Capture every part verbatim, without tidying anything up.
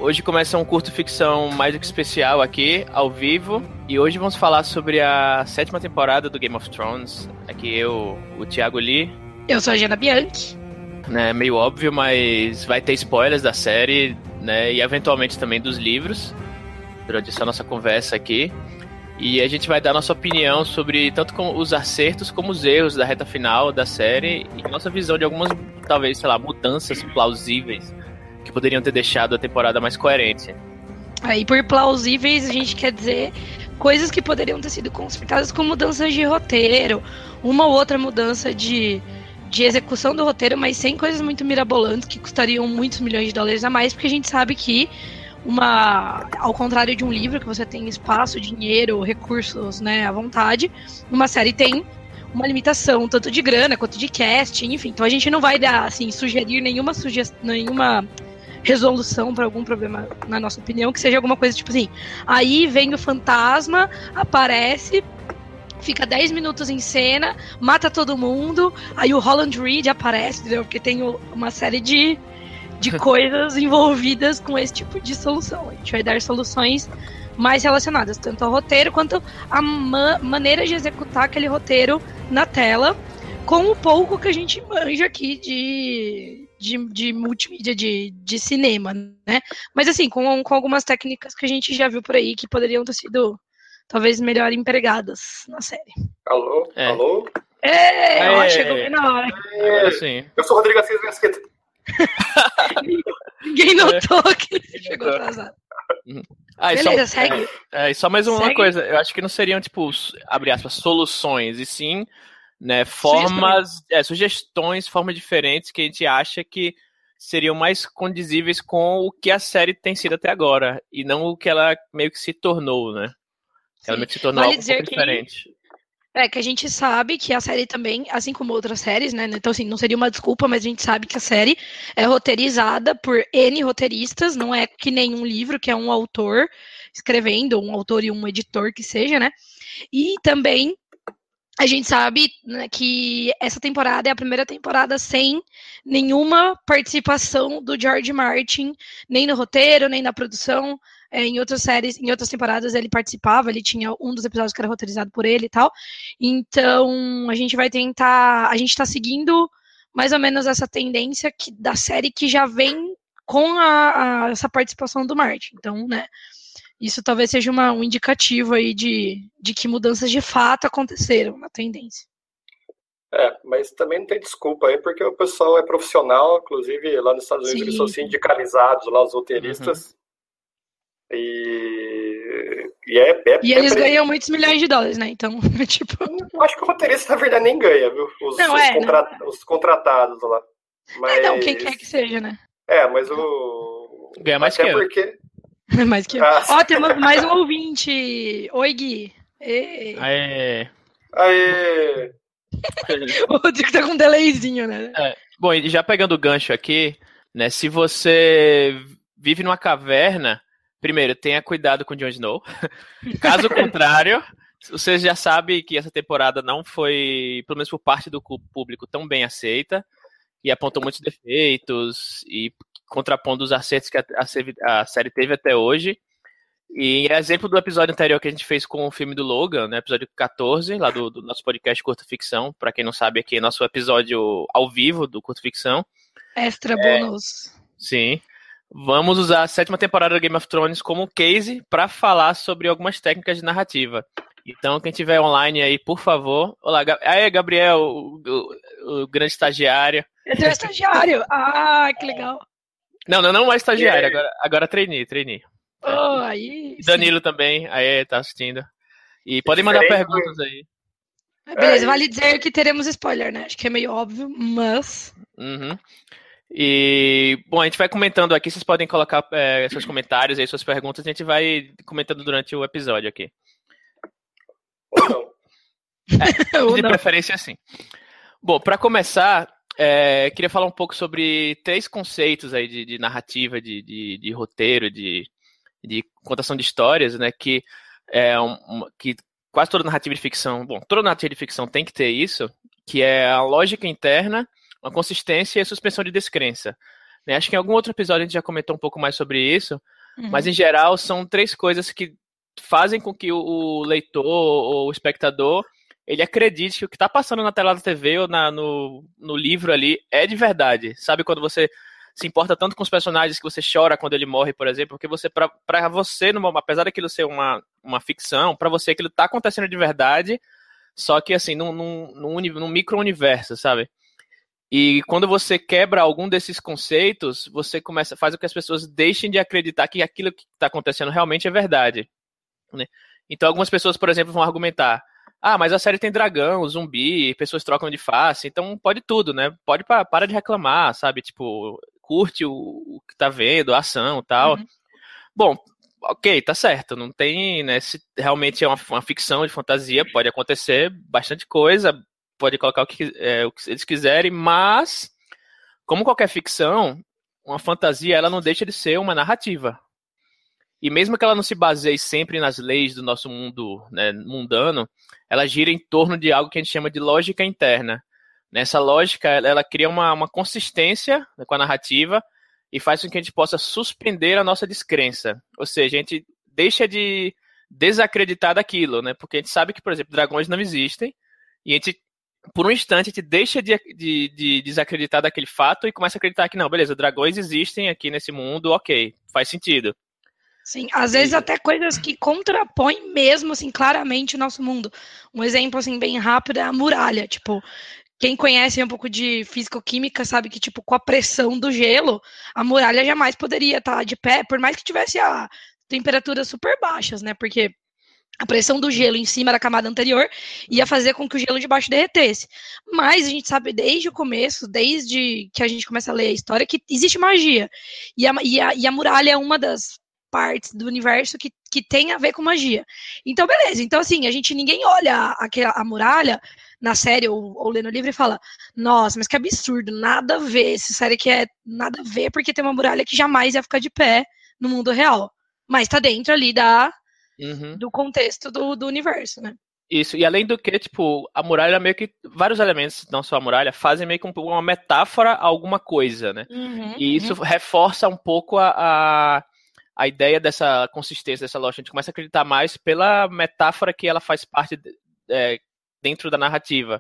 Hoje começa um curto ficção mais do que especial aqui, ao vivo. E hoje vamos falar sobre a sétima temporada do Game of Thrones. Aqui eu, o Thiago Lee. Eu sou a Jana Bianchi. É meio óbvio, mas vai ter spoilers da série, né? E eventualmente também dos livros, durante essa nossa conversa aqui. E a gente vai dar nossa opinião sobre tanto com os acertos como os erros da reta final da série e nossa visão de algumas, talvez, sei lá, mudanças plausíveis que poderiam ter deixado a temporada mais coerente. Aí, por plausíveis, a gente quer dizer coisas que poderiam ter sido consertadas com mudanças de roteiro, uma ou outra mudança de, de execução do roteiro, mas sem coisas muito mirabolantes que custariam muitos milhões de dólares a mais, porque a gente sabe que uma, ao contrário de um livro, que você tem espaço, dinheiro, recursos, né, à vontade, uma série tem uma limitação, tanto de grana quanto de casting, enfim. Então a gente não vai dar, assim, sugerir nenhuma sugestão, nenhuma resolução para algum problema, na nossa opinião, que seja alguma coisa tipo assim, aí vem o fantasma, aparece, fica dez minutos em cena, mata todo mundo, aí o Holland Reed aparece, entendeu? Porque tem uma série de, de coisas envolvidas com esse tipo de solução. A gente vai dar soluções mais relacionadas tanto ao roteiro quanto à ma- maneira de executar aquele roteiro na tela, com o pouco que a gente manja aqui de, de, de multimídia, de, de cinema, né? Mas assim, com, com algumas técnicas que a gente já viu por aí que poderiam ter sido talvez melhor empregadas na série. Alô? É. Alô? É, é, ó, chegou bem na hora. Agora sim. Eu sou o Rodrigo Assis Mesquita. Ninguém notou é. que ele chegou atrasado. Ah, e Beleza, só, segue. É, e só mais uma Segue. coisa, eu acho que não seriam, tipo, abre aspas, soluções, e sim, né, formas, sugestões. É, sugestões, formas diferentes que a gente acha que seriam mais condizíveis com o que a série tem sido até agora, e não o que ela meio que se tornou, né? Ela Sim. meio que se tornou Vale algo um dizer pouco que- diferente. É, que a gente sabe que a série também, assim como outras séries, né? Então, assim, não seria uma desculpa, mas a gente sabe que a série é roteirizada por N roteiristas, não é que nem um livro, que é um autor escrevendo, um autor e um editor que seja, né? E também a gente sabe, né, que essa temporada é a primeira temporada sem nenhuma participação do George Martin, nem no roteiro, nem na produção. É, em outras séries, em outras temporadas ele participava, ele tinha um dos episódios que era roteirizado por ele e tal. Então a gente vai tentar, a gente está seguindo mais ou menos essa tendência que, da série que já vem com a, a, essa participação do Martin. Então, né, isso talvez seja uma, um indicativo aí de, de que mudanças de fato aconteceram na tendência. É, mas também não tem desculpa aí, porque o pessoal é profissional, inclusive lá nos Estados Unidos Sim. eles são sindicalizados lá, os roteiristas. Uhum. E, e, é, é, e é eles pre... ganham muitos milhões de dólares, né? Então, tipo... Acho que o roteirista, na verdade, nem ganha, viu? Os, não, os, é, contra... não. os contratados lá. Mas... É, não, quem quer que seja, né? É, mas o... Ganha mais Até que eu. porque... mais que eu. Ah, Ó, temos mais um ouvinte. Oi, Gui. Ei. Aê. Aê. O Rodrigo tá com um delayzinho, né? É, bom, e já pegando o gancho aqui, né? Se você vive numa caverna, primeiro, tenha cuidado com o Jon Snow. Caso contrário, você já sabe que essa temporada não foi, pelo menos por parte do público, tão bem aceita, e apontou muitos defeitos, e contrapondo os acertos que a, a, a série teve até hoje. E é exemplo do episódio anterior que a gente fez com o filme do Logan, né, episódio catorze, lá do, do nosso podcast Curta Ficção. Para quem não sabe, aqui é nosso episódio ao vivo do Curta Ficção. Extra é, bônus. Sim. Vamos usar a sétima temporada do Game of Thrones como case para falar sobre algumas técnicas de narrativa. Então, quem tiver online aí, por favor. Olá, aí, Gabriel, o, o, o grande estagiário. Eu sou estagiário. Ah, que legal. Não, não, não mais estagiário, agora, agora treinei, treinei. Oh, aí, Danilo sim. Também, aí tá assistindo. E podem mandar perguntas aí. Beleza, vale dizer que teremos spoiler, né? Acho que é meio óbvio, mas... Uhum. E, bom, a gente vai comentando aqui, vocês podem colocar é, seus comentários aí, suas perguntas, a gente vai comentando durante o episódio aqui. Ou não. É, Ou de não. Preferência, sim. Bom, para começar, é, queria falar um pouco sobre três conceitos aí de, de narrativa, de, de, de roteiro, de, de contação de histórias, né, que, é um, que quase toda narrativa de ficção, bom, toda narrativa de ficção tem que ter isso, que é a lógica interna, uma consistência e a suspensão de descrença. né? Acho que em algum outro episódio a gente já comentou um pouco mais sobre isso, Uhum. mas em geral são três coisas que fazem com que o, o leitor ou o espectador ele acredite que o que está passando na tela da T V ou na, no, no livro ali é de verdade. Sabe quando você se importa tanto com os personagens que você chora quando ele morre, por exemplo, porque você, pra, pra você, numa, apesar daquilo ser uma, uma ficção, pra você aquilo tá acontecendo de verdade, só que assim, num, num, num, num micro-universo, sabe? E quando você quebra algum desses conceitos, você começa, faz com que as pessoas deixem de acreditar que aquilo que tá acontecendo realmente é verdade, né? Então algumas pessoas, por exemplo, vão argumentar: ah, mas a série tem dragão, zumbi, pessoas trocam de face, então pode tudo, né? Pode pa- para de reclamar, sabe? Tipo, curte o, o que tá vendo, a ação e tal. Uhum. Bom, ok, tá certo. Não tem, né? Se realmente é uma, uma ficção de fantasia, pode acontecer bastante coisa, pode colocar o que, é, o que eles quiserem, mas, como qualquer ficção, uma fantasia ela não deixa de ser uma narrativa. E mesmo que ela não se baseie sempre nas leis do nosso mundo, né, mundano, ela gira em torno de algo que a gente chama de lógica interna. Nessa lógica, ela, ela cria uma, uma consistência, né, com a narrativa e faz com que a gente possa suspender a nossa descrença. Ou seja, a gente deixa de desacreditar daquilo, né? Porque a gente sabe que, por exemplo, dragões não existem e a gente, por um instante, a gente deixa de, de, de desacreditar daquele fato e começa a acreditar que não, beleza, dragões existem aqui nesse mundo, ok, faz sentido. Sim, às vezes E- até coisas que contrapõem mesmo, assim, claramente o nosso mundo. Um exemplo, assim, bem rápido é a muralha. Tipo, quem conhece um pouco de físico-química sabe que, tipo, com a pressão do gelo, a muralha jamais poderia estar de pé, por mais que tivesse a temperaturas super baixas, né? Porque a pressão do gelo em cima da camada anterior ia fazer com que o gelo de baixo derretesse. Mas a gente sabe desde o começo, desde que a gente começa a ler a história, que existe magia. E a, e a, e a muralha é uma das partes do universo que, que tem a ver com magia. Então, beleza. Então, assim, a gente, ninguém olha a, a, a muralha na série ou, ou lê no livro e fala: nossa, mas que absurdo, nada a ver. Essa série que é nada a ver, porque tem uma muralha que jamais ia ficar de pé no mundo real. Mas tá dentro ali da, Uhum. do contexto do, do universo, né? Isso, e além do que, tipo, a muralha meio que. Vários elementos, não só a muralha, fazem meio que um- uma metáfora a alguma coisa, né? Uhum, E isso uhum. reforça um pouco a, a, a ideia dessa consistência, dessa lógica. A gente começa a acreditar mais pela metáfora que ela faz parte de- é, dentro da narrativa.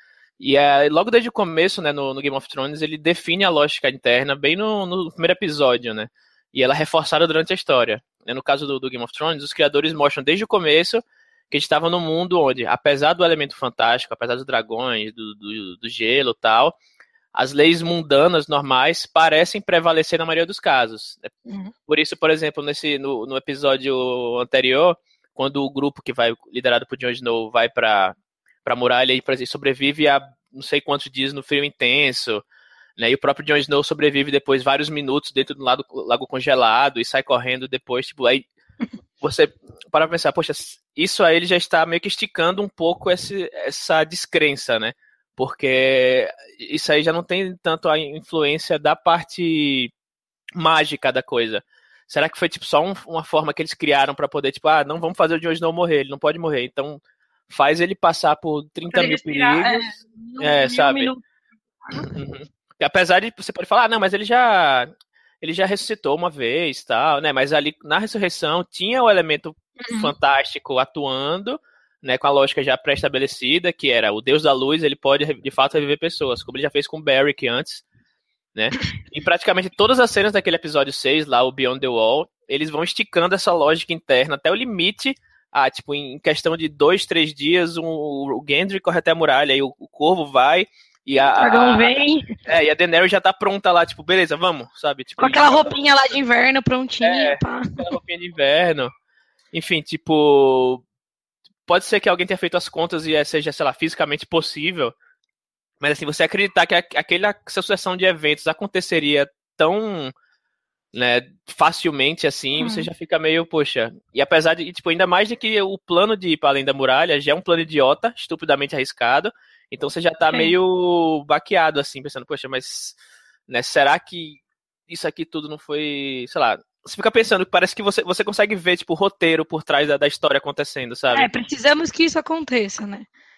E é, logo desde o começo, né, no, no Game of Thrones, ele define a lógica interna bem no, no primeiro episódio, né? E ela é reforçada durante a história. No caso do, do Game of Thrones, os criadores mostram desde o começo que a gente estava num mundo onde, apesar do elemento fantástico, apesar dos dragões, do, do, do gelo e tal, as leis mundanas normais parecem prevalecer na maioria dos casos. Uhum. Por isso, por exemplo, nesse, no, no episódio anterior, quando o grupo que vai, liderado por Jon Snow, vai para a muralha e, por exemplo, sobrevive a não sei quantos dias no frio intenso, né? E o próprio Jon Snow sobrevive depois vários minutos dentro do lago, lago congelado e sai correndo depois, tipo, aí você para pensar, poxa, isso aí ele já está meio que esticando um pouco esse, essa descrença, né? Porque isso aí já não tem tanto a influência da parte mágica da coisa. Será que foi tipo só um, uma forma que eles criaram para poder, tipo, ah, não vamos fazer o Jon Snow morrer, ele não pode morrer, então faz ele passar por trinta Pra ele mil respirar, perigos, é, é, mil sabe? minutos. Uhum. E apesar de você pode falar, ah, não, mas ele já ele já ressuscitou uma vez, tal, né? Mas ali na ressurreição tinha o elemento Uhum. fantástico atuando, né? Com a lógica já pré-estabelecida, que era o Deus da Luz, ele pode de fato reviver pessoas, como ele já fez com o Beric antes, né? E praticamente todas as cenas daquele episódio seis, lá, o Beyond the Wall, eles vão esticando essa lógica interna até o limite. Ah, tipo, em questão de dois, três dias, um, o Gendry corre até a muralha, aí o, o Corvo vai, e a, O dragão a, vem é, e a Daenerys já tá pronta lá, tipo, beleza, vamos, sabe? Tipo, com aquela e- roupinha lá de inverno prontinha, é, pá. aquela roupinha de inverno. Enfim, tipo, pode ser que alguém tenha feito as contas e seja, sei lá, fisicamente possível, mas assim, você acreditar que aquela sucessão de eventos aconteceria tão, né, facilmente assim, você Hum. já fica meio, poxa. E apesar de, tipo, ainda mais de que o plano de ir para além da muralha já é um plano idiota, estupidamente arriscado, então você já tá Sim. meio baqueado assim, pensando, poxa, mas, né, será que isso aqui tudo não foi, sei lá, você fica pensando, parece que você, você consegue ver, tipo, o roteiro por trás da, da história acontecendo, sabe? É, precisamos que isso aconteça, né?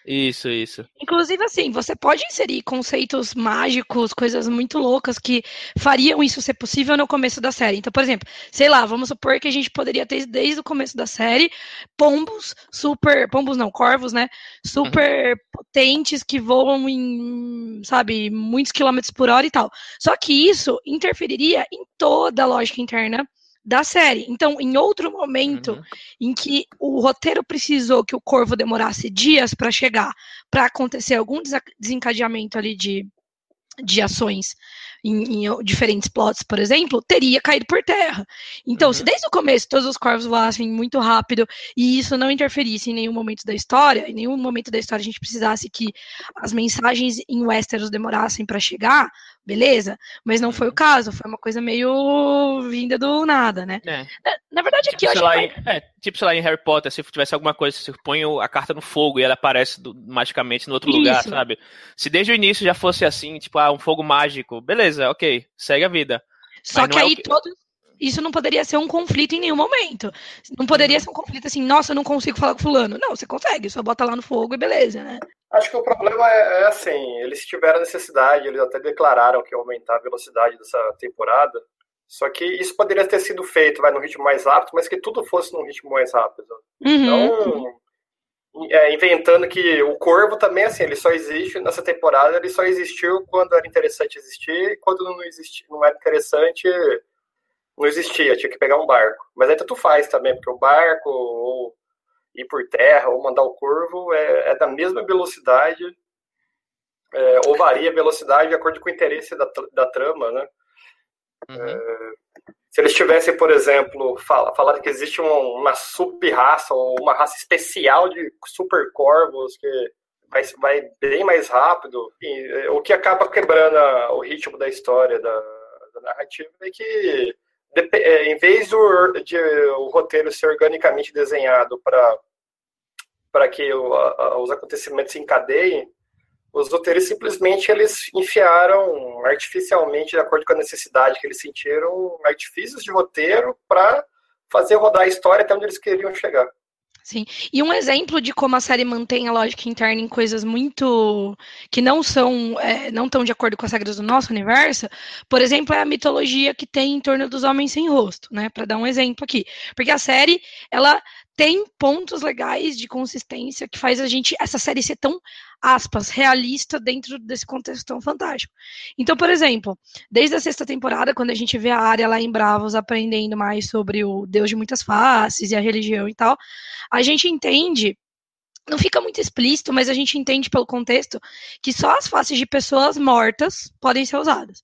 Isso, isso. Inclusive, assim, você pode inserir conceitos mágicos, coisas muito loucas que fariam isso ser possível no começo da série. Então, por exemplo, sei lá, vamos supor que a gente poderia ter desde o começo da série pombos super, pombos não, corvos, né? Super uhum. potentes que voam em, sabe, muitos quilômetros por hora e tal. Só que isso interferiria em toda a lógica interna da série. Então, em outro momento uhum. em que o roteiro precisou que o corvo demorasse dias para chegar, para acontecer algum desencadeamento ali de, de ações em, em diferentes plots, por exemplo, teria caído por terra. Então, uhum. se desde o começo todos os corvos voassem muito rápido e isso não interferisse em nenhum momento da história, em nenhum momento da história a gente precisasse que as mensagens em Westeros demorassem para chegar, beleza, mas não foi o caso, foi uma coisa meio vinda do nada, né? É. Na, na verdade, tipo, aqui eu acho lá, que... em, é, tipo, sei lá, em Harry Potter, se tivesse alguma coisa, se põe a carta no fogo e ela aparece do, magicamente no outro Isso. lugar, sabe? Se desde o início já fosse assim, tipo, ah, um fogo mágico, beleza, ok, segue a vida. Só que aí é que... todo... Isso não poderia ser um conflito em nenhum momento. Não poderia uhum. ser um conflito assim, nossa, eu não consigo falar com fulano. Não, você consegue, só bota lá no fogo e beleza, né? Acho que o problema é, é assim, eles tiveram necessidade, eles até declararam que ia aumentar a velocidade dessa temporada, só que isso poderia ter sido feito, vai, num ritmo mais rápido, mas que tudo fosse num ritmo mais rápido. Uhum. Então, é, inventando que o Corvo também, assim, ele só existe, nessa temporada, ele só existiu quando era interessante existir, e quando não, existia, não era interessante, não existia, tinha que pegar um barco. Mas aí tanto faz também, porque o barco, ou ir por terra, ou mandar o Corvo, é, é da mesma velocidade, é, ou varia a velocidade de acordo com o interesse da, da trama, né? Uhum. É, se eles tivessem, por exemplo, fala, falado que existe uma, uma sub-raça, ou uma raça especial de super corvos, que vai, vai bem mais rápido, e, o que acaba quebrando a, o ritmo da história, da, da narrativa, é que em vez do de, o roteiro ser organicamente desenhado para para que o, a, os acontecimentos se encadeiem, os roteiros simplesmente eles enfiaram artificialmente, de acordo com a necessidade que eles sentiram, artifícios de roteiro para fazer rodar a história até onde eles queriam chegar. Sim, e um exemplo de como a série mantém a lógica interna em coisas muito que não são, é, não estão de acordo com as regras do nosso universo, por exemplo, é a mitologia que tem em torno dos homens sem rosto, né? Para dar um exemplo aqui, porque a série ela tem pontos legais de consistência que faz a gente, essa série ser tão, aspas, realista dentro desse contexto tão fantástico. Então, por exemplo, desde a sexta temporada, quando a gente vê a Arya lá em Bravos aprendendo mais sobre o Deus de muitas faces e a religião e tal, a gente entende, não fica muito explícito, mas a gente entende pelo contexto que só as faces de pessoas mortas podem ser usadas.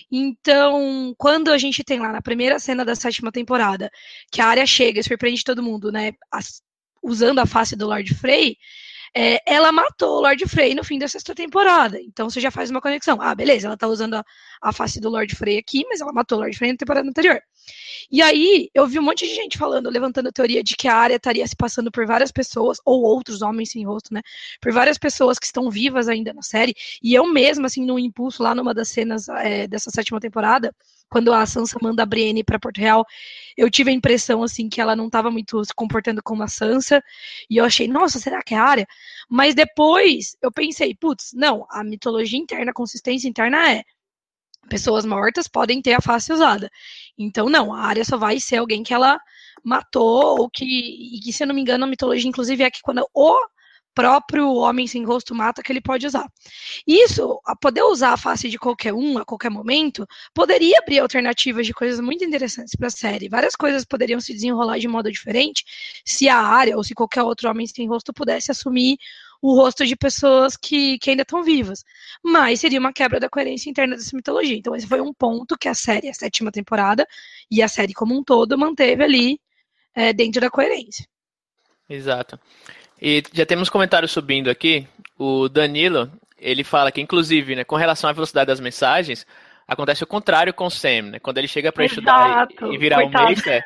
Então, quando a gente tem lá na primeira cena da sétima temporada, que a Arya chega e surpreende todo mundo, né, as, usando a face do Lord Frey, é, ela matou o Lord Frey no fim da sexta temporada. Então você já faz uma conexão. Ah, beleza, ela tá usando a, a face do Lord Frey aqui, mas ela matou o Lord Frey na temporada anterior. E aí, eu vi um monte de gente falando, levantando a teoria de que a Arya estaria se passando por várias pessoas, ou outros homens sem rosto, né? Por várias pessoas que estão vivas ainda na série. E eu mesma, assim, num impulso lá numa das cenas é, dessa sétima temporada, quando a Sansa manda a Brienne pra Porto Real, eu tive a impressão, assim, que ela não estava muito se comportando como a Sansa, e eu achei, nossa, será que é a Arya? Mas depois, eu pensei, putz, não, a mitologia interna, a consistência interna é, pessoas mortas podem ter a face usada. Então, não, a Arya só vai ser alguém que ela matou, ou que, e que, se eu não me engano, a mitologia, inclusive, é que quando o próprio homem sem rosto mata, que ele pode usar. Isso, a poder usar a face de qualquer um, a qualquer momento, poderia abrir alternativas de coisas muito interessantes para a série. Várias coisas poderiam se desenrolar de modo diferente se a Arya, ou se qualquer outro homem sem rosto pudesse assumir o rosto de pessoas que, que ainda estão vivas. Mas seria uma quebra da coerência interna dessa mitologia. Então esse foi um ponto que a série, a sétima temporada, e a série como um todo, manteve ali é, dentro da coerência. Exato. E já temos comentários subindo aqui. O Danilo, ele fala que, inclusive, né, com relação à velocidade das mensagens, acontece o contrário com o Sam, né? Quando ele chega para estudar e, e virar um Meister,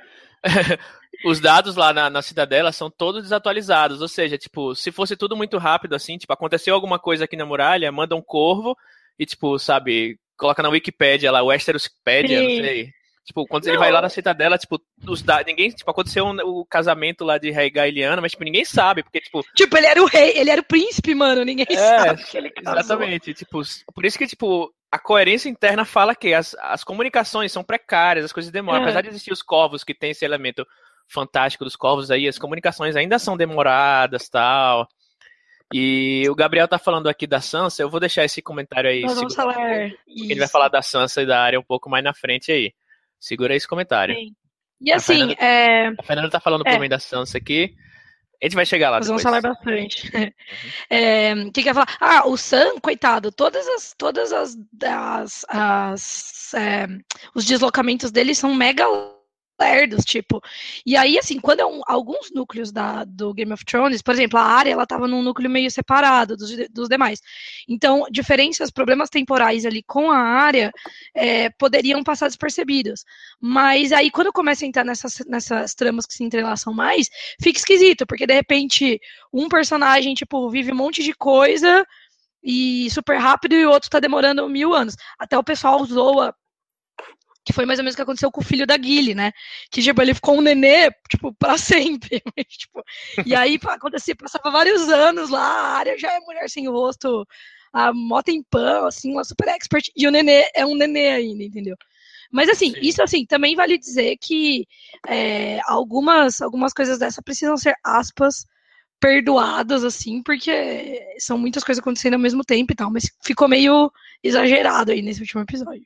os dados lá na, na cidadela são todos desatualizados. Ou seja, tipo, se fosse tudo muito rápido, assim, tipo, aconteceu alguma coisa aqui na muralha, manda um corvo e, tipo, sabe, coloca na Wikipédia lá, Westerospedia, não sei. Tipo, quando não. ele vai lá na Citadela, tipo, os da... ninguém, tipo, aconteceu um, o casamento lá de Rhaegar e Lyanna, mas, tipo, ninguém sabe, porque, tipo... Tipo, ele era o rei, ele era o príncipe, mano, ninguém é, sabe que ele casou. Exatamente, tipo, por isso que, tipo, a coerência interna fala que as, as comunicações são precárias, as coisas demoram, é. apesar de existir os corvos, que tem esse elemento fantástico dos corvos aí, as comunicações ainda são demoradas, tal... E o Gabriel tá falando aqui da Sansa, eu vou deixar esse comentário aí. Nós vamos falar ele vai falar da Sansa e da Arya um pouco mais na frente aí. Segura aí esse comentário. Sim. E assim, a Fernanda, é... a Fernanda tá falando é. por mim da Sansa aqui. A gente vai chegar lá Nós depois. vamos falar bastante. O uhum. é, que quer falar? Ah, o Sam, coitado, todas as, todas as, as, as é, os deslocamentos dele são mega lerdos, tipo. E aí, assim, quando é um, alguns núcleos da, do Game of Thrones, por exemplo, a Arya, ela tava num núcleo meio separado dos, dos demais. Então, diferenças, problemas temporais ali com a Arya é, poderiam passar despercebidos. Mas aí, quando começa a entrar nessas, nessas tramas que se entrelaçam mais, fica esquisito, porque de repente um personagem, tipo, vive um monte de coisa e super rápido e o outro tá demorando mil anos. Até o pessoal zoa, que foi mais ou menos o que aconteceu com o filho da Gilly, né? Que, tipo, ele ficou um nenê, tipo, pra sempre. tipo, e aí, acontecia, passava vários anos lá, a Arya já é mulher sem rosto, a mó tempão, assim, uma super expert, e o nenê é um nenê ainda, entendeu? Mas, assim, Sim. isso, assim, também vale dizer que é, algumas, algumas coisas dessa precisam ser, aspas, perdoadas, assim, porque são muitas coisas acontecendo ao mesmo tempo e tal, mas ficou meio exagerado aí nesse último episódio.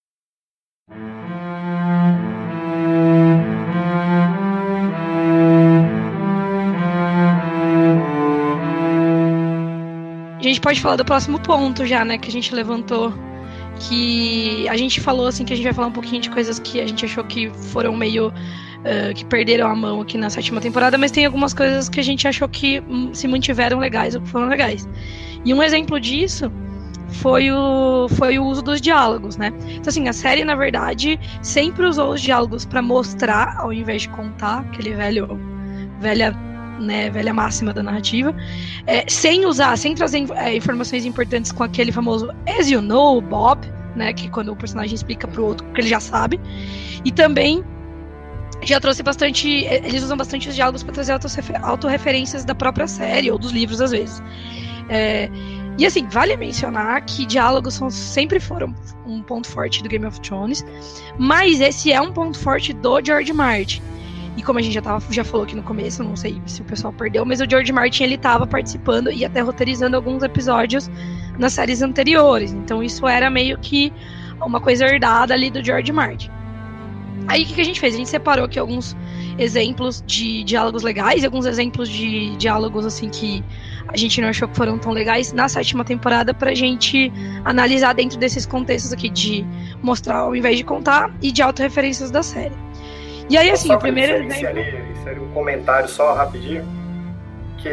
A gente pode falar do próximo ponto já, né, que a gente levantou, que a gente falou, assim, que a gente vai falar um pouquinho de coisas que a gente achou que foram meio, uh, que perderam a mão aqui na sétima temporada, mas tem algumas coisas que a gente achou que se mantiveram legais ou que foram legais. E um exemplo disso foi o, foi o uso dos diálogos, né? Então, assim, a série, na verdade, sempre usou os diálogos para mostrar, ao invés de contar, aquele velho, velha, né, velha máxima da narrativa, é, sem usar, sem trazer é, informações importantes com aquele famoso as you know, Bob, né, que quando o personagem explica pro outro que ele já sabe, e também já trouxe bastante, eles usam bastante os diálogos para trazer autorreferências da própria série, ou dos livros, às vezes. É, E assim, vale mencionar que diálogos são, sempre foram um ponto forte do Game of Thrones, mas esse é um ponto forte do George Martin. E como a gente já, tava, já falou aqui no começo, não sei se o pessoal perdeu, mas o George Martin, ele estava participando e até roteirizando alguns episódios nas séries anteriores. Então isso era meio que uma coisa herdada ali do George Martin. Aí o que, que a gente fez? A gente separou aqui alguns exemplos de diálogos legais e alguns exemplos de diálogos assim que a gente não achou que foram tão legais na sétima temporada pra gente analisar dentro desses contextos aqui de mostrar ao invés de contar e de autorreferências da série. E aí, assim, só o primeiro exemplo... Inserir um comentário só rapidinho, que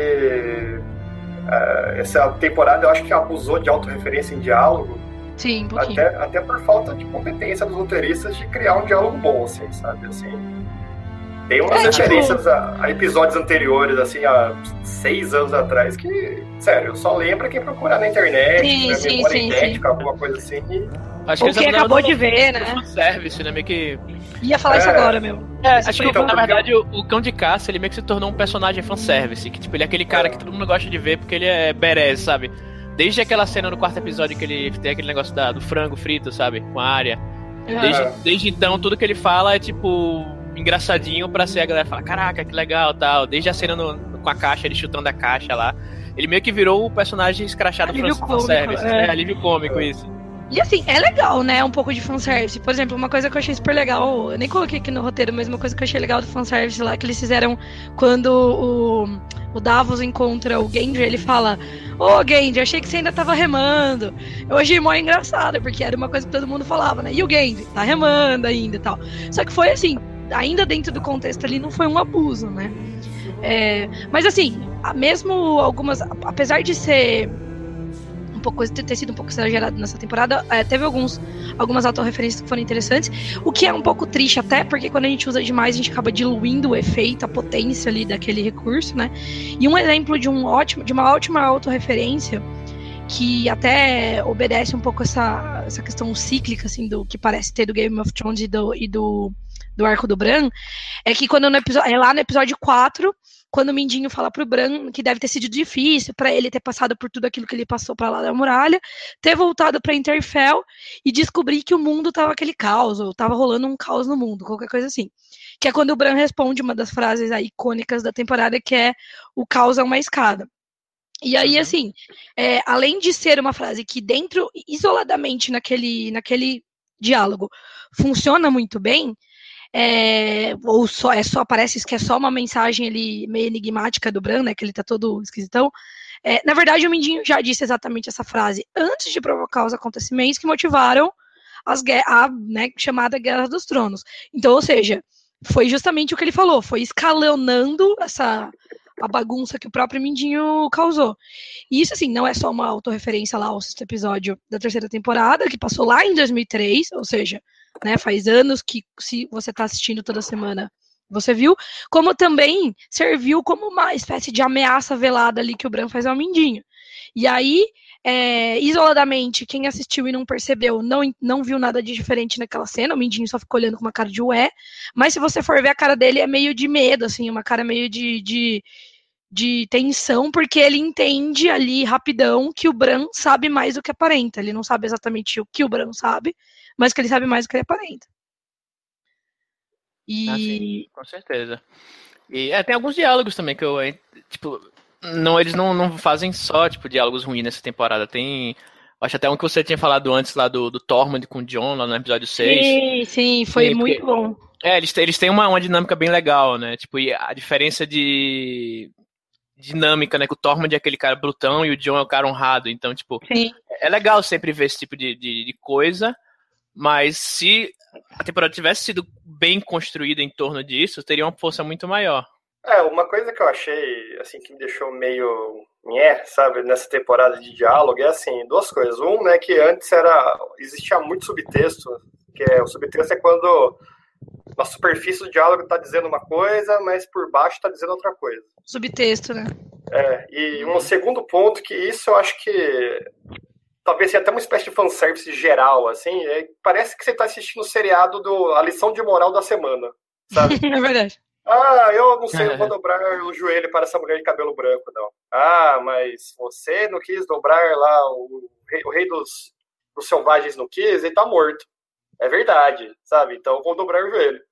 uh, essa temporada eu acho que abusou de autorreferência em diálogo. Sim, um pouquinho. Até, até por falta de competência dos roteiristas de criar um diálogo bom, assim, sabe? Assim, tem umas é, referências tipo... a, a episódios anteriores, assim, há seis anos atrás, que, sério, só lembra quem procurar na internet, sim, né, sim, memória sim, idêntica, sim. alguma coisa assim. E... Acho que o que acabou de ver, né? Service, né? Meio que... Ia falar é... isso agora, meu. É, acho que, então, na verdade, o, o Cão de Caça, ele meio que se tornou um personagem fanservice, que, tipo, ele é aquele cara é. que todo mundo gosta de ver porque ele é badass, sabe? Desde aquela cena no quarto episódio que ele tem aquele negócio da, do frango frito, sabe? Com a Arya. É. Desde, desde então, tudo que ele fala é, tipo, engraçadinho pra ser a galera falar, caraca, que legal, tal. Desde a cena no, no, com a caixa, ele chutando a caixa lá. Ele meio que virou o personagem escrachado do fanservice. É. é, alívio cômico, é. isso. E assim, é legal, né, um pouco de fanservice. Por exemplo, uma coisa que eu achei super legal, eu nem coloquei aqui no roteiro, mas uma coisa que eu achei legal do fanservice lá, que eles fizeram quando o, o Davos encontra o Gendry, ele fala, ô oh, Gendry, achei que você ainda tava remando. Eu achei mó engraçado, porque era uma coisa que todo mundo falava, né, e o Gendry, tá remando ainda e tal. Só que foi assim, ainda dentro do contexto ali, não foi um abuso, né. É, mas assim, mesmo algumas, apesar de ser... um pouco, ter sido um pouco exagerado nessa temporada, é, teve alguns, algumas autorreferências que foram interessantes, o que é um pouco triste até, porque quando a gente usa demais, a gente acaba diluindo o efeito, a potência ali daquele recurso, né? E um exemplo de, um ótimo, de uma ótima autorreferência, que até obedece um pouco essa, essa questão cíclica, assim, do que parece ter do Game of Thrones e do, e do, do arco do Bran, é que quando no episódio, é lá no episódio quatro, quando o Mindinho fala pro Bran que deve ter sido difícil para ele ter passado por tudo aquilo que ele passou para lá da muralha, ter voltado para Interfell e descobrir que o mundo tava aquele caos, ou tava rolando um caos no mundo, qualquer coisa assim. Que é quando o Bran responde uma das frases aí, icônicas da temporada, que é o caos é uma escada. E aí, assim, é, além de ser uma frase que dentro, isoladamente naquele, naquele diálogo, funciona muito bem, é, ou só, é só, parece que é só uma mensagem ali meio enigmática do Bran, né, que ele tá todo esquisitão, é, na verdade o Mindinho já disse exatamente essa frase antes de provocar os acontecimentos que motivaram as, a né, chamada Guerra dos Tronos. Então, ou seja, foi justamente o que ele falou, foi escalonando essa... a bagunça que o próprio Mindinho causou. E isso, assim, não é só uma autorreferência lá ao sexto episódio da terceira temporada, que passou lá em dois mil e três, ou seja, né, faz anos que, se você está assistindo toda semana, você viu, como também serviu como uma espécie de ameaça velada ali que o Bran faz ao Mindinho. E aí, é, isoladamente, quem assistiu e não percebeu, não, não viu nada de diferente naquela cena, o Mindinho só ficou olhando com uma cara de ué, mas se você for ver, a cara dele é meio de medo, assim, uma cara meio de... de de tensão, porque ele entende ali rapidão que o Bran sabe mais do que aparenta. Ele não sabe exatamente o que o Bran sabe, mas que ele sabe mais do que ele aparenta. E... Ah, sim, com certeza. E é, tem alguns diálogos também que eu, tipo, não, eles não, não fazem só, tipo, diálogos ruins nessa temporada. Tem, acho até um que você tinha falado antes lá do, do Tormund com o Jon, lá no episódio seis. Sim, sim, foi sim, muito porque, bom. É, eles, eles têm uma, uma dinâmica bem legal, né? Tipo, e a diferença de... dinâmica, né, que o Tormund é aquele cara brutão e o Jon é o cara honrado, então, tipo, sim, é legal sempre ver esse tipo de, de, de coisa, mas se a temporada tivesse sido bem construída em torno disso, teria uma força muito maior. É, uma coisa que eu achei, assim, que me deixou meio, nhé, sabe, nessa temporada de diálogo, é assim, duas coisas. Um, né, que antes era, existia muito subtexto, que é, o subtexto é quando na superfície do diálogo tá dizendo uma coisa, mas por baixo tá dizendo outra coisa. Subtexto, né? É, e um segundo ponto, que isso eu acho que talvez seja até uma espécie de fanservice geral, assim, é, parece que você tá assistindo o seriado do A Lição de Moral da Semana, sabe? É verdade. Ah, eu não sei, eu vou dobrar o joelho para essa mulher de cabelo branco, não. Ah, mas você não quis dobrar lá, o rei, o rei dos, dos selvagens não quis, ele tá morto. É verdade, sabe? Então eu vou dobrar o joelho.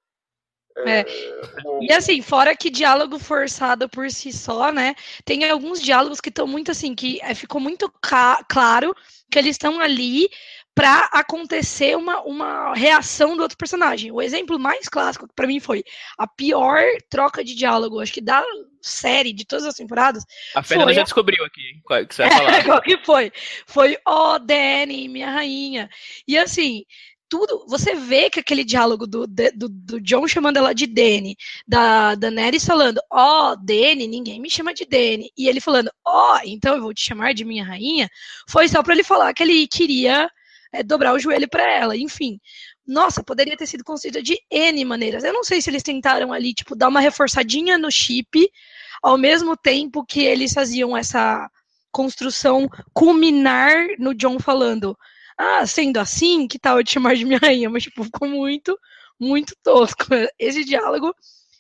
É. O... E assim, fora que diálogo forçado por si só, né? Tem alguns diálogos que estão muito assim, que é, ficou muito ca- claro que eles estão ali para acontecer uma, uma reação do outro personagem. O exemplo mais clássico para mim foi a pior troca de diálogo, acho que da série, de todas as temporadas. A Fernanda já a... descobriu aqui qual que você vai falar. É, qual que foi? Foi, ó, oh, Dany, minha rainha. E assim... tudo, você vê que aquele diálogo do, do, do Jon chamando ela de Dany, da Daenerys falando, ó, oh, Dany, ninguém me chama de Dany, e ele falando, ó, oh, então eu vou te chamar de minha rainha, foi só pra ele falar que ele queria é, dobrar o joelho pra ela, enfim. Nossa, poderia ter sido construída de N maneiras. Eu não sei se eles tentaram ali, tipo, dar uma reforçadinha no chip, ao mesmo tempo que eles faziam essa construção culminar no Jon falando, ah, sendo assim, que tal eu te chamar de minha rainha? Mas, tipo, ficou muito, muito tosco. Esse diálogo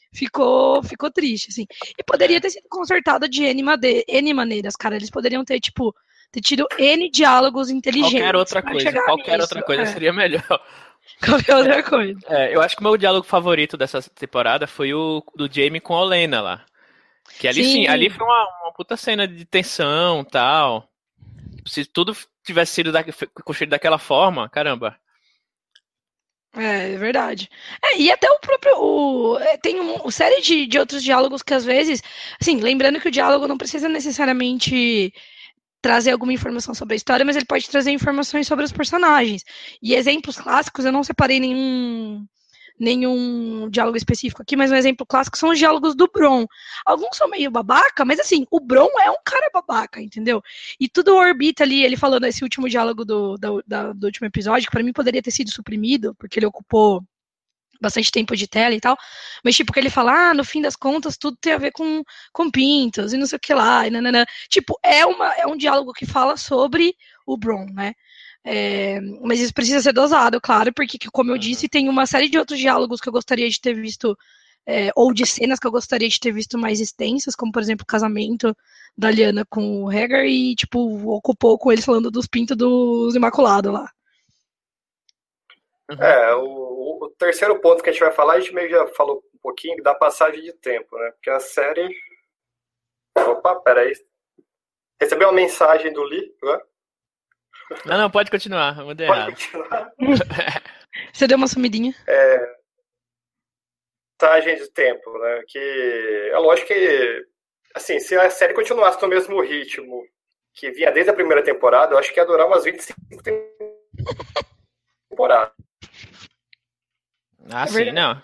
ficou, ficou triste, assim. E poderia ter sido consertado de N, made- N maneiras, cara. Eles poderiam ter, tipo, ter tido N diálogos inteligentes. Qualquer outra coisa, qualquer nisso. outra coisa é. seria melhor. Qualquer outra coisa. É, eu acho que o meu diálogo favorito dessa temporada foi o do Jaime com a Olenna lá. Que ali, sim, sim ali foi uma, uma puta cena de tensão e tal. Se tudo tivesse sido da, construído daquela forma, caramba. É, é verdade. É, e até o próprio... O, tem uma um, série de, de outros diálogos que às vezes... Assim, lembrando que o diálogo não precisa necessariamente trazer alguma informação sobre a história, mas ele pode trazer informações sobre os personagens. E exemplos clássicos, eu não separei nenhum... nenhum diálogo específico aqui, mas um exemplo clássico são os diálogos do Bron. Alguns são meio babaca, mas assim, o Bron é um cara babaca, entendeu? E tudo orbita ali, ele falando esse último diálogo do, do, da, do último episódio, que pra mim poderia ter sido suprimido, porque ele ocupou bastante tempo de tela e tal, mas tipo, que ele fala, ah, no fim das contas, tudo tem a ver com, com pintos, e não sei o que lá, e nananã. Tipo, é, uma, é um diálogo que fala sobre o Bron, né? É, mas isso precisa ser dosado, claro, porque, como eu disse, tem uma série de outros diálogos que eu gostaria de ter visto, é, ou de cenas que eu gostaria de ter visto mais extensas, como, por exemplo, o casamento da Lyanna com o Rhaegar, e, tipo, ocupou com eles falando dos pintos dos Imaculados lá. É, o, o terceiro ponto que a gente vai falar, a gente meio já falou um pouquinho da passagem de tempo, né? Porque a série... Opa, peraí. Recebi uma mensagem do Lee, né? Não, não, pode continuar, eu mandei Pode errado. continuar. Você deu uma sumidinha? É... Passagem de tempo, né? Que é lógico que, assim, se a série continuasse no mesmo ritmo que vinha desde a primeira temporada, eu acho que ia durar umas vinte e cinco temporadas. Ah, é sim, não.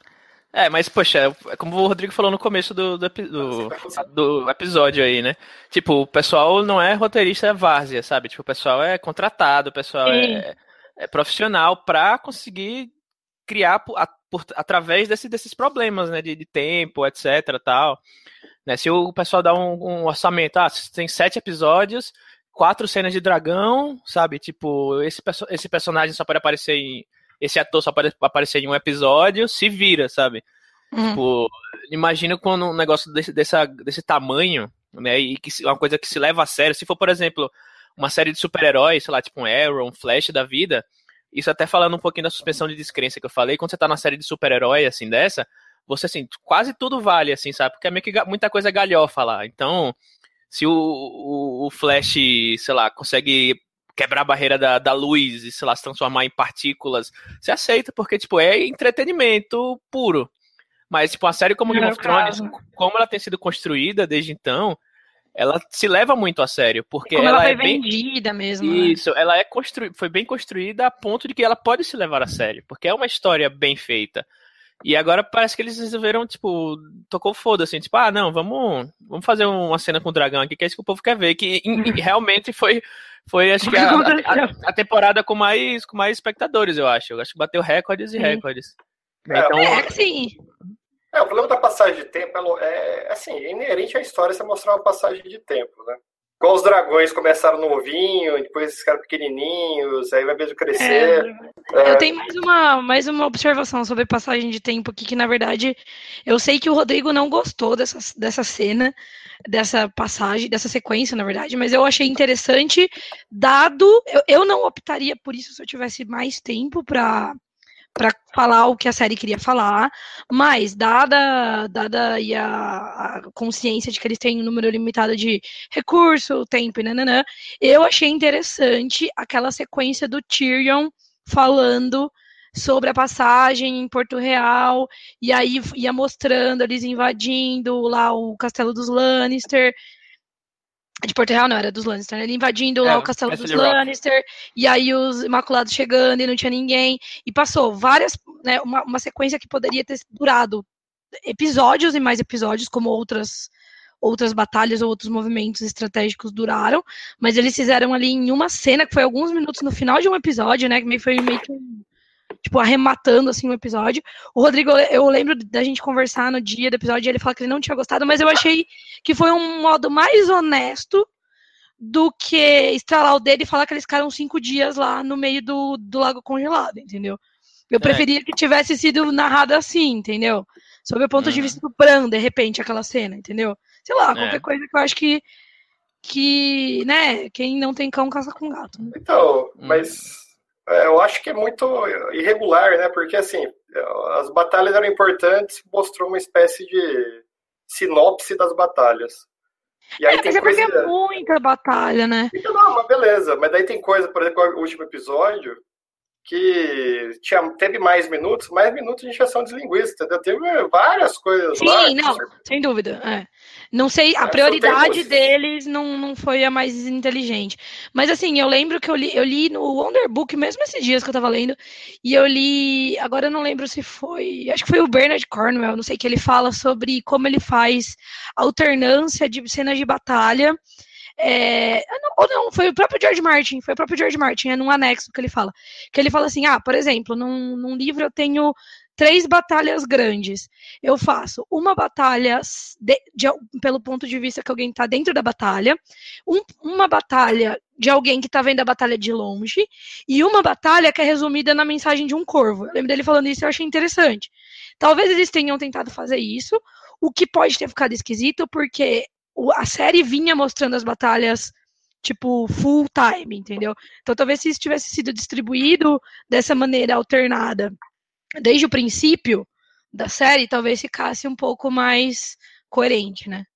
É, mas, poxa, é como o Rodrigo falou no começo do, do, do, do episódio aí, né? Tipo, o pessoal não é roteirista várzea, sabe? Tipo, o pessoal é contratado, o pessoal é, é profissional pra conseguir criar por, a, por, através desse, desses problemas, né? De, de tempo, etc, tal. Né? Se o pessoal dá um, um orçamento, ah, tem sete episódios, quatro cenas de dragão, sabe? Tipo, esse, esse personagem só pode aparecer em... Esse ator só pode aparecer em um episódio, se vira, sabe? Uhum. Tipo, imagina quando um negócio desse, dessa, desse tamanho, né? E que uma coisa que se leva a sério. Se for, por exemplo, uma série de super-heróis, sei lá, tipo um Arrow, um Flash da vida, isso até falando um pouquinho da suspensão de descrença que eu falei, quando você tá na série de super-herói, assim, dessa, você, assim, quase tudo vale, assim, sabe? Porque é meio que muita coisa galhofa lá. Então, se o, o, o Flash, sei lá, consegue quebrar a barreira da, da luz e, sei lá, se transformar em partículas, você aceita, porque, tipo, é entretenimento puro. Mas, tipo, a série como Game of Thrones, como ela tem sido construída desde então, ela se leva muito a sério, porque como ela, ela foi é bem... vendida mesmo. Isso, né? ela é constru... foi bem construída a ponto de que ela pode se levar a sério, porque é uma história bem feita. E agora parece que eles resolveram, tipo, tocou foda, assim, tipo, ah, não, vamos, vamos fazer uma cena com o dragão aqui, que é isso que o povo quer ver, que e, e realmente foi, foi acho que a, a, a temporada com mais, com mais espectadores, eu acho. Eu acho que bateu recordes e Sim. recordes. É, então, é, sim. É, o problema da passagem de tempo é, assim, é inerente à história você mostrar uma passagem de tempo, né? Igual os dragões começaram novinho, depois ficaram pequenininhos, aí vai mesmo crescer. É, é. Eu tenho mais uma, mais uma observação sobre passagem de tempo aqui, que na verdade eu sei que o Rodrigo não gostou dessa, dessa cena, dessa passagem, dessa sequência, na verdade, mas eu achei interessante, dado, eu, eu não optaria por isso se eu tivesse mais tempo para para falar o que a série queria falar, mas dada, dada e a, a consciência de que eles têm um número limitado de recurso, tempo e nananã, eu achei interessante aquela sequência do Tyrion falando sobre a passagem em Porto Real, e aí ia mostrando eles invadindo lá o castelo dos Lannister, de Porto Real não, era dos Lannister, né? Ele invadindo é, lá o castelo dos Lannister, e aí os Imaculados chegando e não tinha ninguém, e passou várias, né, uma, uma sequência que poderia ter durado episódios e mais episódios, como outras, outras batalhas ou outros movimentos estratégicos duraram, mas eles fizeram ali em uma cena, que foi alguns minutos no final de um episódio, né, que foi meio que um, tipo, arrematando, assim, o um episódio. O Rodrigo, eu lembro da gente conversar no dia do episódio, e ele falou que ele não tinha gostado, mas eu achei que foi um modo mais honesto do que estralar o dedo e falar que eles ficaram cinco dias lá no meio do, do lago congelado, entendeu? Eu preferia é. que tivesse sido narrado assim, entendeu? Sob o ponto uhum. de vista do Bran, de repente, aquela cena, entendeu? Sei lá, qualquer é. coisa que eu acho que, que, né, quem não tem cão caça com gato. Né? Então, mas... É, eu acho que é muito irregular, né? Porque, assim, as batalhas eram importantes, mostrou uma espécie de sinopse das batalhas. E aí é, tem mas coisa... é porque é muita batalha, né? Então, não, mas beleza. Mas daí tem coisa, por exemplo, o último episódio, que tinha, teve mais minutos, mais minutos de injeção de linguiça, entendeu? Teve várias coisas Sim, lá. Sim, não, você... sem dúvida. É. Não sei, a é, prioridade deles não, não foi a mais inteligente. Mas assim, eu lembro que eu li, eu li no Wonderbook, mesmo esses dias que eu tava lendo, e eu li, agora eu não lembro se foi, acho que foi o Bernard Cornwell, não sei, que ele fala sobre como ele faz alternância de cenas de batalha. É, ou não, foi o próprio George Martin, foi o próprio George Martin, é num anexo que ele fala, que ele fala assim, ah, por exemplo, num, num livro eu tenho três batalhas grandes. Eu faço uma batalha de, de, pelo ponto de vista que alguém está dentro da batalha, um, uma batalha de alguém que está vendo a batalha de longe, e uma batalha que é resumida na mensagem de um corvo. Eu lembro dele falando isso e eu achei interessante. Talvez eles tenham tentado fazer isso, o que pode ter ficado esquisito, porque a série vinha mostrando as batalhas tipo, full time, entendeu? Então, talvez se isso tivesse sido distribuído dessa maneira alternada desde o princípio da série, talvez ficasse um pouco mais coerente, né?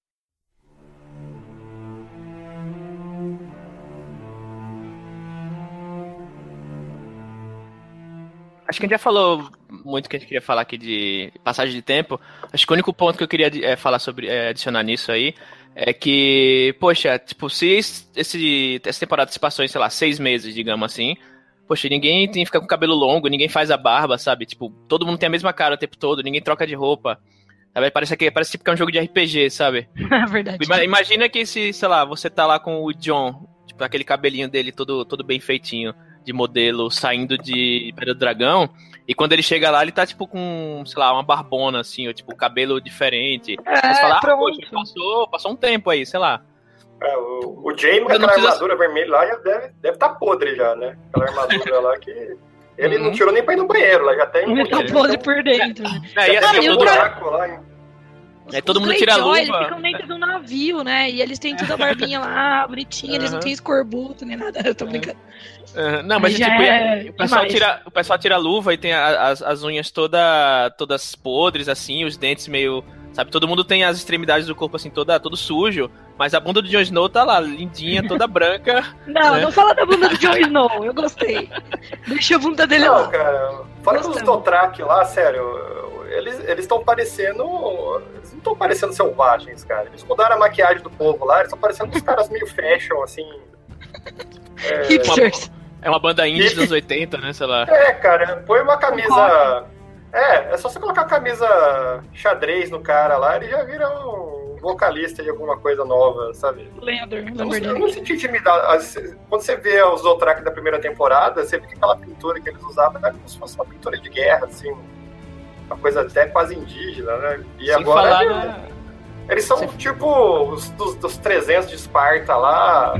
Acho que a gente já falou muito que a gente queria falar aqui de passagem de tempo. Acho que o único ponto que eu queria é, falar sobre, é, adicionar nisso aí, é que, poxa, tipo, se esse, essa temporada se passou em, sei lá, seis meses, digamos assim, poxa, ninguém tem que ficar com cabelo longo, ninguém faz a barba, sabe? Tipo, todo mundo tem a mesma cara o tempo todo, ninguém troca de roupa. Sabe? Parece que, parece tipo que é um jogo de R P G, sabe? É verdade. Imagina que se, sei lá, você tá lá com o John, tipo, aquele cabelinho dele todo, todo bem feitinho, de modelo, saindo de Pedra do Dragão, e quando ele chega lá, ele tá, tipo, com, sei lá, uma barbona, assim, ou, tipo, cabelo diferente. É, você fala, ah, pronto. poxa, passou, passou um tempo aí, sei lá. É, o, o Jaime, com aquela precisa... armadura vermelha lá, já deve deve tá podre já, né? Aquela armadura lá que... Ele uhum. não tirou nem pra ir no banheiro, lá já tem... Ele tá podre por dentro. É, é, Mano, é, e o todo... cara... lá, hein? É, todo mundo tira a luva. Eles ficam dentro do navio, né? E eles têm toda a barbinha lá, bonitinha, uhum. Eles não têm escorbuto nem nada. Eu tô brincando. Uhum. Não, mas, mas tipo, é o, pessoal tira, o pessoal tira a luva e tem a, as, as unhas toda, todas podres, assim, os dentes meio... Sabe, todo mundo tem as extremidades do corpo, assim, toda, todo sujo. Mas a bunda do Jon Snow tá lá, lindinha, toda branca. Não, né? Não fala da bunda do Jon Snow, eu gostei. Deixa a bunda dele não, lá. Cara, fora dos Dothraki lá, sério... Eles estão parecendo... Eles não estão parecendo selvagens, cara. Eles mudaram a maquiagem do povo lá, eles estão parecendo uns caras meio fashion, assim... É, hipsters. É uma banda indie dos anos oitenta, né, sei lá. É, cara, põe uma camisa... É, é só você colocar a camisa xadrez no cara lá, ele já vira um vocalista de alguma coisa nova, sabe? Leandro, eu, eu não senti intimidado. Quando você vê os Dothraki da primeira temporada, você vê que aquela pintura que eles usavam era como se fosse uma pintura de guerra, assim... Uma coisa até quase indígena, né? E Sem agora falar eles, na... eles são Sem... tipo os dos, dos trezentos de Esparta lá.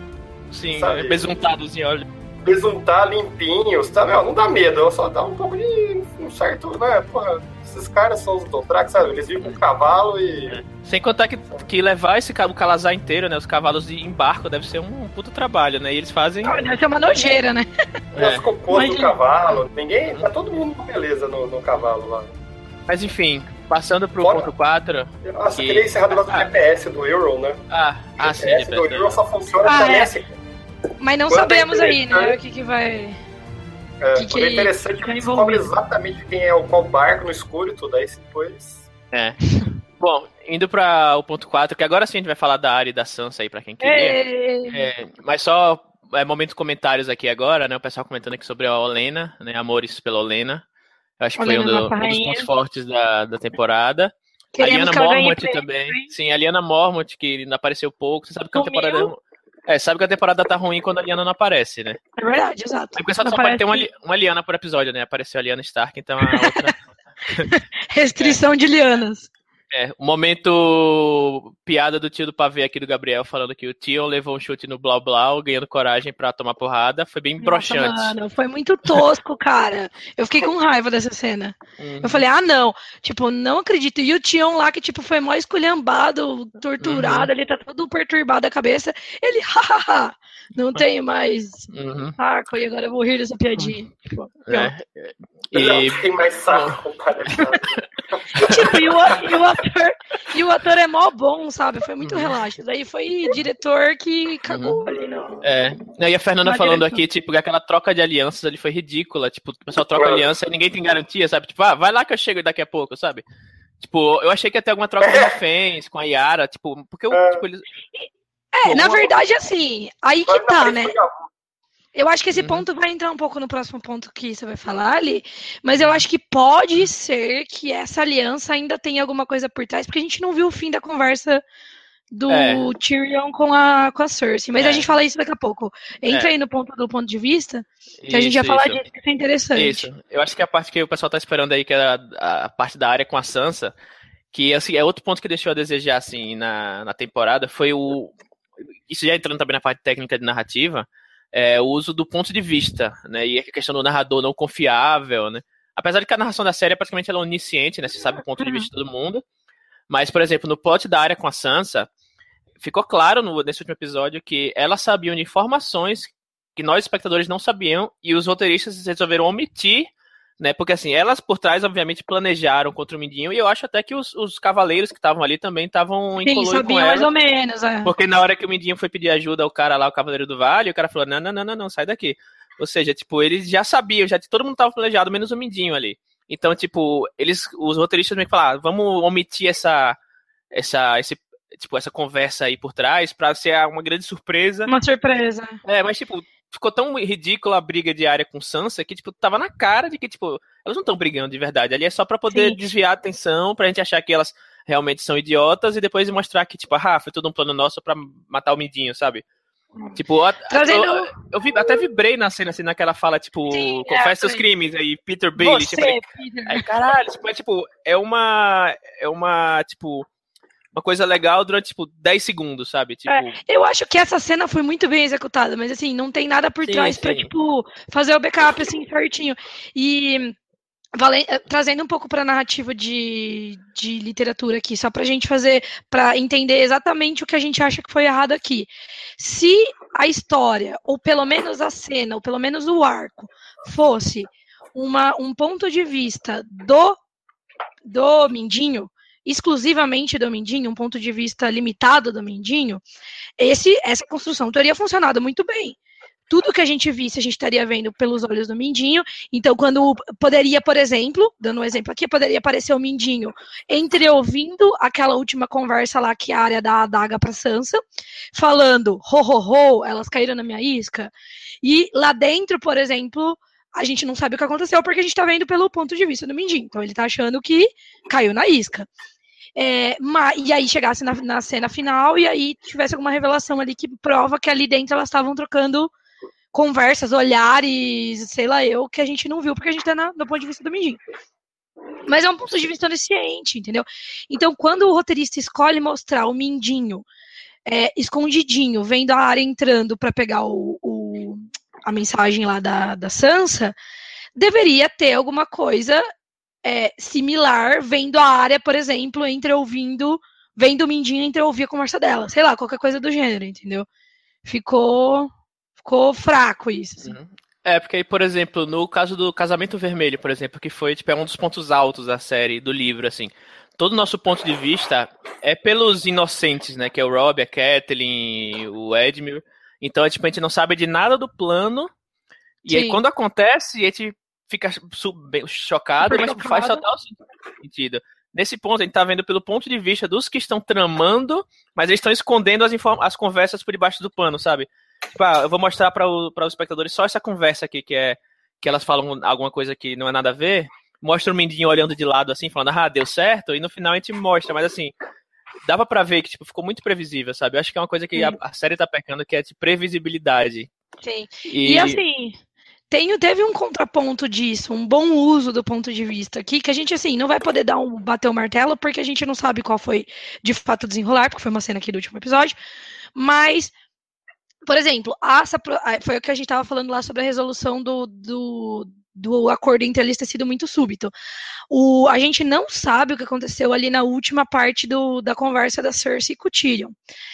Sim, sabe? Besuntados em óleo. Besuntar limpinhos, tá? Meu, não dá medo, só dá um pouco de um certo, né? Porra, esses caras são os Dothraki, sabe? Eles vivem com cavalo e... É. Sem contar que, que levar esse o Calazar inteiro, né? Os cavalos em barco deve ser um puto trabalho, né? E eles fazem... Ah, deve ser uma nojeira, né? É. Os cocôs do cavalo. Ninguém... Tá todo mundo com beleza no, no cavalo lá. Mas enfim, passando pro Fora... ponto quatro... Nossa, que... queria encerrar o negócio ah. do G P S do Euro, né? Ah, ah o sim. G P S do Euro só funciona ah, com é. S. Mas não Quando sabemos é aí, né? O que que vai... É, que que é interessante que descobre exatamente quem é o qual barco no escuro e tudo, aí depois... É. Bom, indo para o ponto quatro, que agora sim a gente vai falar da Arya e da Sansa aí, pra quem queria. É, mas só é, momento comentários aqui agora, né? O pessoal comentando aqui sobre a Olenna, né? Amores pela Olenna. Eu acho que Olenna foi um, do, um dos pontos fortes da, da temporada. Queremos a Lyanna Mormont também. Bem. Sim, a Lyanna Mormont, que não apareceu pouco. Você sabe que a temporada... É, sabe que a temporada tá ruim quando a Lyanna não aparece, né? É verdade, exato. Porque só, só pode ter uma, uma Lyanna por episódio, né? Apareceu a Lyanna Stark, então a outra... Restrição é. de lianas. É, o momento piada do tio do pavê aqui do Gabriel, falando que o Tion levou um chute no Blau Blau, ganhando coragem pra tomar porrada. Foi bem broxante. Mano, foi muito tosco, cara. Eu fiquei com raiva dessa cena. Uhum. Eu falei, ah, não. Tipo, não acredito. E o Tion lá, que tipo, foi mó esculhambado, torturado, uhum. Ele tá todo perturbado a cabeça. Ele, hahaha, não tenho mais uhum. saco, e agora eu vou rir dessa piadinha. Uhum. Tipo, é. E... Não tem mais saco, tipo, e o, e, o ator, e o ator é mó bom, sabe? Foi muito uhum. relaxo. Daí foi diretor que cagou uhum. ali, não. É. E a Fernanda Uma falando direção. Aqui, tipo, que aquela troca de alianças ali foi ridícula. Tipo, o pessoal troca uhum. aliança e ninguém tem garantia, sabe? Tipo, ah, vai lá que eu chego daqui a pouco, sabe? Tipo, eu achei que ia ter alguma troca de reféns com a Yara, tipo, porque eu, é. tipo, eles... É, na verdade, assim, aí que tá, né? Eu acho que esse uhum. ponto vai entrar um pouco no próximo ponto que você vai falar ali, mas eu acho que pode ser que essa aliança ainda tenha alguma coisa por trás, porque a gente não viu o fim da conversa do É. Tyrion com a, com a Cersei. Mas É. a gente fala isso daqui a pouco. Entra É. aí no ponto do ponto de vista, que a gente Isso, vai falar isso. disso, que isso é interessante. Isso. Eu acho que a parte que o pessoal tá esperando aí, que é a, a parte da área com a Sansa, que assim, é outro ponto que deixou a desejar assim, na, na temporada, foi o... Isso já entrando também na parte técnica de narrativa, é o uso do ponto de vista, né? E a questão do narrador não confiável, né? Apesar de que a narração da série, praticamente, ela é onisciente, né? Você sabe o ponto de vista de todo mundo. Mas, por exemplo, no plot da área com a Sansa, ficou claro no, nesse último episódio que elas sabiam de informações que nós, espectadores, não sabiam, e os roteiristas resolveram omitir, né? Porque, assim, elas por trás, obviamente, planejaram contra o Mindinho, e eu acho até que os, os cavaleiros que estavam ali também estavam em Sim, colúrio com sabiam ela. mais ou menos, é. Porque na hora que o Mindinho foi pedir ajuda ao cara lá, o Cavaleiro do Vale, o cara falou, não, não, não, não, não, sai daqui. Ou seja, tipo, eles já sabiam, já todo mundo estava planejado, menos o Mindinho ali. Então, tipo, eles, os roteiristas meio que falaram, ah, vamos omitir essa, essa, esse, tipo, essa conversa aí por trás pra ser uma grande surpresa. Uma surpresa. É, mas, tipo, ficou tão ridícula a briga de área com Sansa que, tipo, tava na cara de que, tipo, elas não estão brigando de verdade. Ali é só pra poder Sim. desviar a atenção, pra gente achar que elas realmente são idiotas e depois mostrar que, tipo, ah, foi todo um plano nosso pra matar o Mindinho, sabe? Tipo, a, Trazendo... eu, eu vi, até vibrei na cena, assim, naquela fala, tipo, Sim, confessa é, seus foi. crimes, aí, Peter Baelish. Você, Eu falei, Peter. aí, caralho, tipo, é, tipo, é uma, é uma, tipo, uma coisa legal durante, tipo, dez segundos, sabe? Tipo... É, eu acho que essa cena foi muito bem executada, mas, assim, não tem nada por Sim, trás sim. pra, tipo, fazer o backup, assim, certinho. E... Vale, trazendo um pouco para a narrativa de, de literatura aqui, só para a gente fazer, para entender exatamente o que a gente acha que foi errado aqui. Se a história, ou pelo menos a cena, ou pelo menos o arco, fosse uma, um ponto de vista do, do Mindinho, exclusivamente do Mindinho, um ponto de vista limitado do Mindinho, esse, essa construção teria funcionado muito bem. Tudo que a gente visse, a gente estaria vendo pelos olhos do Mindinho. Então, quando poderia, por exemplo, dando um exemplo aqui, poderia aparecer o Mindinho entreouvindo aquela última conversa lá que a área dá a adaga pra Sansa, falando, ho, ho, ho, elas caíram na minha isca. E lá dentro, por exemplo, a gente não sabe o que aconteceu porque a gente tá vendo pelo ponto de vista do Mindinho. Então, ele tá achando que caiu na isca. É, mas, e aí chegasse na, na cena final e aí tivesse alguma revelação ali que prova que ali dentro elas estavam trocando conversas, olhares, sei lá eu, que a gente não viu, porque a gente tá na, no ponto de vista do Mindinho. Mas é um ponto de vista onisciente, entendeu? Então, quando o roteirista escolhe mostrar o Mindinho é, escondidinho, vendo a área entrando para pegar o, o, a mensagem lá da, da Sansa, deveria ter alguma coisa é, similar, vendo a área, por exemplo, entre ouvindo, vendo o Mindinho entre ouvir a conversa dela. Sei lá, qualquer coisa do gênero, entendeu? Ficou... Ficou fraco isso. Assim. Uhum. É, porque aí, por exemplo, no caso do Casamento Vermelho, por exemplo, que foi tipo, é um dos pontos altos da série, do livro, assim. Todo o nosso ponto de vista é pelos inocentes, né? Que é o Robb, a Catelyn, o Edmure. Então, é, tipo, a gente não sabe de nada do plano. E Sim. aí, quando acontece, a gente fica chocado, Super mas chocado. Faz total sentido. Nesse ponto, a gente tá vendo pelo ponto de vista dos que estão tramando, mas eles estão escondendo as, as conversas por debaixo do pano, sabe? Tipo, ah, eu vou mostrar para os espectadores só essa conversa aqui, que é que elas falam alguma coisa que não é nada a ver. Mostra o Mindinho olhando de lado assim, falando, ah, deu certo, e no final a gente mostra, mas assim, dava pra ver que tipo, ficou muito previsível, sabe? Eu acho que é uma coisa que a, a série tá pecando, que é de previsibilidade. Sim. E, e assim, tem, teve um contraponto disso, um bom uso do ponto de vista aqui, que a gente, assim, não vai poder dar um, bater o martelo, porque a gente não sabe qual foi de fato o desenrolar, porque foi uma cena aqui do último episódio, mas... Por exemplo, a, foi o que a gente estava falando lá sobre a resolução do, do, do acordo entre eles ter sido muito súbito. O, a gente não sabe o que aconteceu ali na última parte do, da conversa da Cersei com o Tyrion.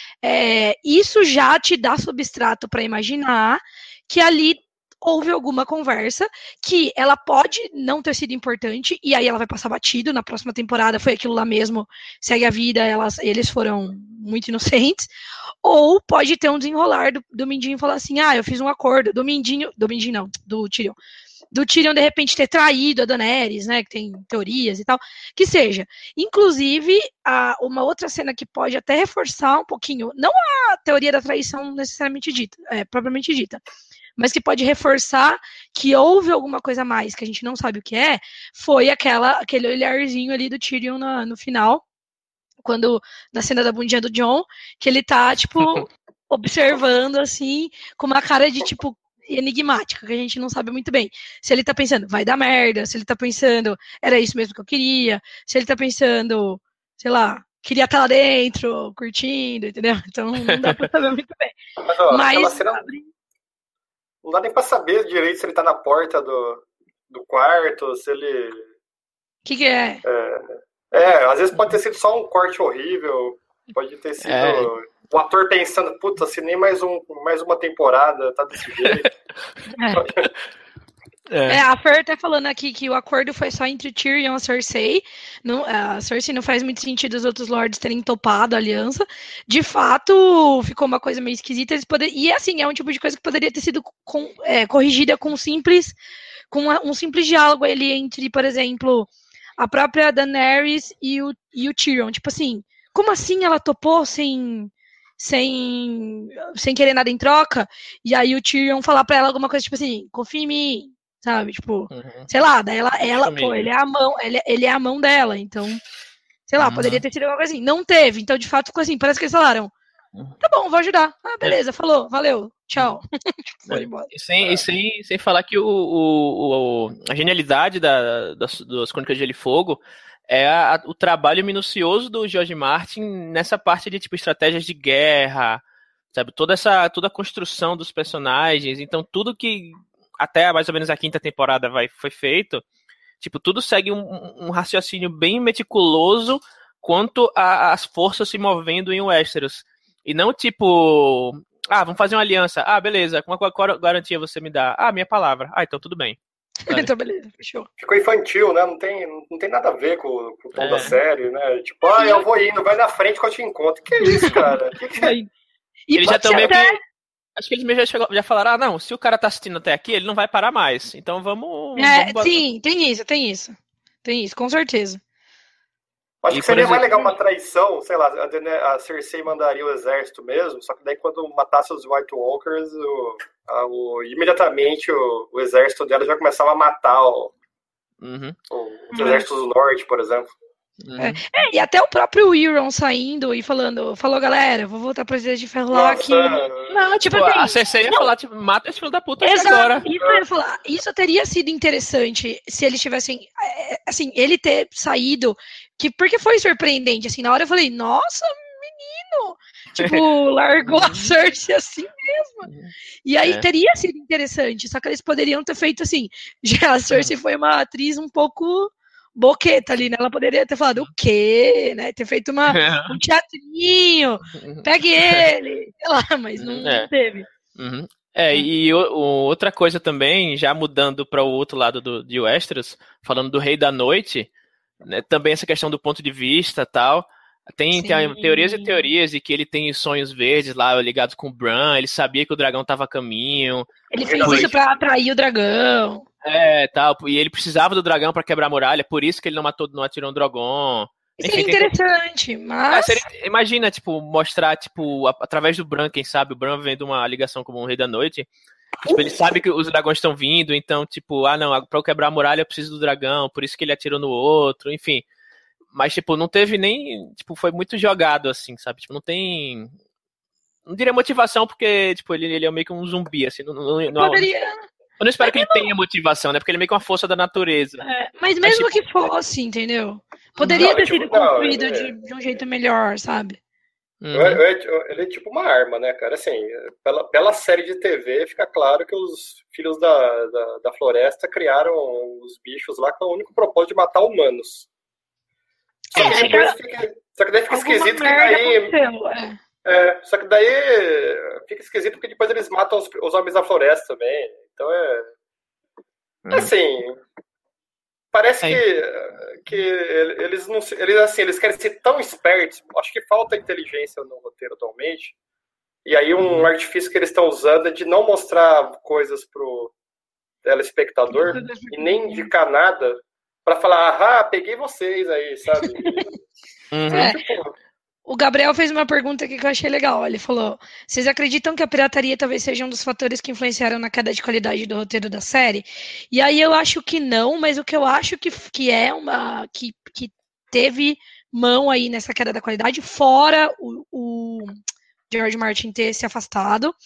É, isso já te dá substrato para imaginar que ali houve alguma conversa que ela pode não ter sido importante e aí ela vai passar batido, na próxima temporada foi aquilo lá mesmo, segue a vida, elas, eles foram muito inocentes, ou pode ter um desenrolar do, do Mindinho falar assim, ah, eu fiz um acordo, do Mindinho, do Mindinho não, do Tyrion, do Tyrion de repente ter traído a Daenerys, né, que tem teorias e tal, que seja. Inclusive, a, uma outra cena que pode até reforçar um pouquinho, não a teoria da traição necessariamente dita, é, propriamente dita, mas que pode reforçar que houve alguma coisa a mais, que a gente não sabe o que é, foi aquela, aquele olharzinho ali do Tyrion no, no final, quando na cena da bundinha do John, que ele tá, tipo, observando, assim, com uma cara de, tipo, enigmática, que a gente não sabe muito bem. Se ele tá pensando, vai dar merda, se ele tá pensando, era isso mesmo que eu queria, se ele tá pensando, sei lá, queria estar lá dentro, curtindo, entendeu? Então não dá pra saber muito bem. Mas, ó, Mas cena, não dá nem pra saber direito se ele tá na porta do, do quarto, se ele... O que que é? é? É, às vezes pode ter sido só um corte horrível, pode ter sido... É. O ator pensando, puta, se nem mais, um, mais uma temporada, tá desse jeito. É. É, a Fer tá falando aqui que o acordo foi só entre Tyrion e a Cersei. Não, a Cersei não faz muito sentido os outros lords terem topado a aliança. De fato, ficou uma coisa meio esquisita. Eles poder... E assim, é um tipo de coisa que poderia ter sido com, é, corrigida com um simples, com um simples diálogo ali entre, por exemplo, a própria Daenerys e o, e o Tyrion. Tipo assim, como assim ela topou sem... sem, sem querer nada em troca, e aí o Tyrion falar pra ela alguma coisa, tipo assim, confia em mim, sabe, tipo, uhum. sei lá, daí ela, ela pô, ele é a mão, ele, ele é a mão dela, então, sei lá, uhum. poderia ter sido alguma coisa assim, não teve, então de fato ficou assim, parece que eles falaram, tá bom, vou ajudar, ah, beleza, é. falou, valeu, tchau. Foi embora. E sem, e sem, sem falar que o, o, o, a genialidade da, das, das Crônicas de Gelo e Fogo é a, o trabalho minucioso do George Martin nessa parte de tipo estratégias de guerra, sabe? Toda essa toda a construção dos personagens, então tudo que até mais ou menos a quinta temporada vai, foi feito, tipo, tudo segue um, um raciocínio bem meticuloso quanto às forças se movendo em Westeros. E não tipo, ah, vamos fazer uma aliança, ah, beleza, qual, qual garantia você me dá? Ah, minha palavra, ah, então tudo bem. Então, beleza, fechou. Ficou infantil, né? Não tem, não tem nada a ver com, com o tom é. da série, né? Tipo, ah, eu vou indo, vai na frente que eu te encontro. Que é isso, cara? Que que é? E eles já estão meio que... Acho que eles já, chegou, já falaram, ah, não, se o cara tá assistindo até aqui, ele não vai parar mais. Então vamos... É, vamos... Sim, tem isso, tem isso. Tem isso, com certeza. Acho e, que seria exemplo... mais legal uma traição, sei lá, a Cersei mandaria o exército mesmo, só que daí quando matasse os White Walkers, o, a, o, imediatamente o, o exército dela já começava a matar o, uhum. o, os exércitos do norte, por exemplo. Uhum. É, é, e até o próprio Euron saindo e falando, falou, galera, vou voltar pra Ilha de Ferro lá aqui. Não, tipo, tipo assim, a Cersei ia não. falar, tipo, mata esse filho da puta Exato, agora. Isso, eu ia falar, isso teria sido interessante se eles tivessem, assim, ele ter saído, que, porque foi surpreendente, assim, na hora eu falei, nossa, menino, tipo, largou a Cersei assim mesmo. E aí é. teria sido interessante, só que eles poderiam ter feito assim, já a Cersei foi uma atriz um pouco... boqueta ali, né? Ela poderia ter falado o quê, né? Ter feito uma, um teatrinho, pegue ele, sei lá, mas não, é. não teve. Uhum. É, e o, o, outra coisa também, já mudando para o outro lado do, de Westeros, falando do Rei da Noite, né, também essa questão do ponto de vista e tal, tem, tem teorias e teorias de que ele tem sonhos verdes lá ligados com o Bran, ele sabia que o dragão estava a caminho. Ele fez isso para atrair o dragão. É, tal, e ele precisava do dragão pra quebrar a muralha, por isso que ele não matou, não atirou um Drogon. Isso seria interessante, tem... mas... É, seria... Imagina, tipo, mostrar, tipo, a... através do Bran, quem sabe, o Bran vendo uma ligação como um Rei da Noite, tipo, ele sabe que os dragões estão vindo, então, tipo, ah, não, pra eu quebrar a muralha eu preciso do dragão, por isso que ele atirou no outro, enfim. Mas, tipo, não teve nem, tipo, foi muito jogado, assim, sabe, tipo, não tem... Não diria motivação, porque, tipo, ele, ele é meio que um zumbi, assim, não... não, não... Poderia... Eu não espero que ele tenha motivação, né? Porque ele é meio que uma força da natureza. É, mas mesmo mas, tipo... que fosse, entendeu? Poderia não, ter sido tipo, construído não, de, de um jeito melhor, sabe? Uhum. Ele é tipo uma arma, né, cara? Assim, pela, pela série de T V fica claro que os filhos da, da, da floresta criaram os bichos lá com o único propósito de matar humanos. Só que, é, depois fica, só que daí fica esquisito que daí... É. É, só que daí fica esquisito porque depois eles matam os, os homens da floresta também. Então é. Hum. Assim. Parece que, que eles não. Eles, assim, eles querem ser tão espertos. Acho que falta inteligência no roteiro atualmente. E aí um hum. artifício que eles estão usando é de não mostrar coisas pro telespectador e nem indicar nada pra falar, ah, peguei vocês aí, sabe? Uhum. É. Tipo, o Gabriel fez uma pergunta aqui que eu achei legal. Ele falou, vocês acreditam que a pirataria talvez seja um dos fatores que influenciaram na queda de qualidade do roteiro da série? E aí eu acho que não, mas o que eu acho que, que é uma... Que, que teve mão aí nessa queda da qualidade, fora o, o George Martin ter se afastado,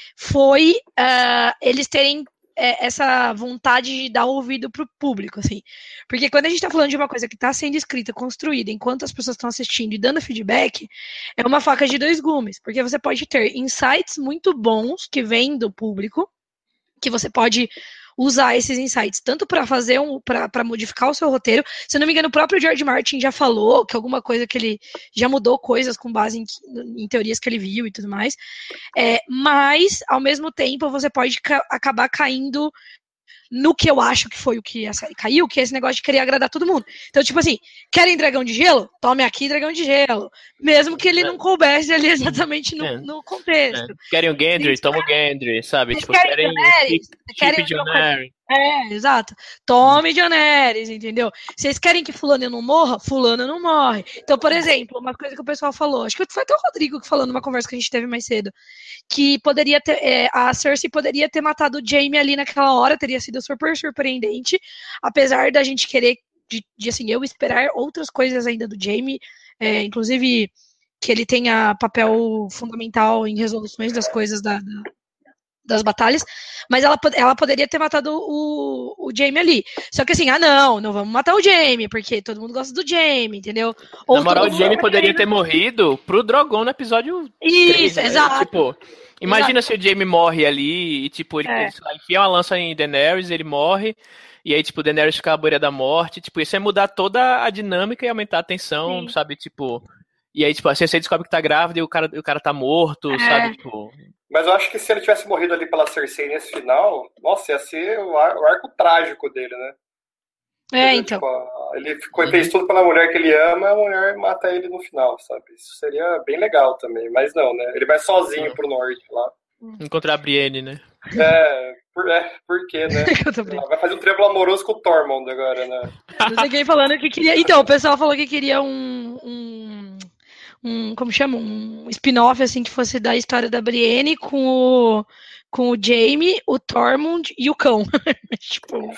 foi uh, eles terem é, essa vontade de dar ouvido pro público, assim. Porque quando a gente tá falando de uma coisa que tá sendo escrita, construída, enquanto as pessoas estão assistindo e dando feedback, é uma faca de dois gumes, porque você pode ter insights muito bons que vêm do público, que você pode usar esses insights tanto para fazer um, para modificar o seu roteiro. Se eu não me engano, o próprio George Martin já falou que alguma coisa que ele já mudou coisas com base em, em teorias que ele viu e tudo mais. É, mas, ao mesmo tempo, você pode ca- acabar caindo no que eu acho que foi o que a série caiu, que é esse negócio de querer agradar todo mundo. Então, tipo assim, querem dragão de gelo? Tome aqui dragão de gelo. Mesmo que ele não coubesse ali exatamente no, é. no contexto. É. Querem o Gendry? Toma o Gendry, sabe? Vocês tipo, querem querem querem de Daenerys. É, exato. Tome Daenerys, entendeu? Vocês querem que fulano não morra? Fulano não morre. Então, por exemplo, uma coisa que o pessoal falou, acho que foi até o Rodrigo que falou numa conversa que a gente teve mais cedo, que poderia ter, é, a Cersei poderia ter matado o Jaime ali naquela hora, teria sido super surpreendente, apesar da gente querer, de, de assim, eu esperar outras coisas ainda do Jaime, é, inclusive que ele tenha papel fundamental em resoluções das coisas da, da das batalhas, mas ela, ela poderia ter matado o, o Jaime ali. Só que assim, ah não, não vamos matar o Jaime, porque todo mundo gosta do Jaime, entendeu? Ou na moral, o Jaime poderia ter morrido pro Drogon no episódio Isso, três, exato. Né? Tipo, imagina exato. Se o Jaime morre ali e tipo, ele, é. ele enfia uma lança em Daenerys, ele morre, e aí tipo, Daenerys fica à beira da morte, tipo, isso é mudar toda a dinâmica e aumentar a tensão, Sim. sabe, tipo... E aí, tipo, a Cersei descobre que tá grávida e o cara, o cara tá morto, é. sabe, tipo... Mas eu acho que se ele tivesse morrido ali pela Cersei nesse final, nossa, ia ser o, ar, o arco trágico dele, né? É, Porque, então. Tipo, ele ficou, fez tudo pela mulher que ele ama, a mulher mata ele no final, sabe? Isso seria bem legal também, mas não, né? Ele vai sozinho pro norte lá. Encontrar a Brienne, né? É, por, é, por quê, né? Vai fazer um triângulo amoroso com o Tormund agora, né? Não sei quem falando que queria... Então, o pessoal falou que queria um... um... um, como chama, um spin-off, assim, que fosse da história da Brienne com o, com o Jaime, o Tormund e o cão. Tipo,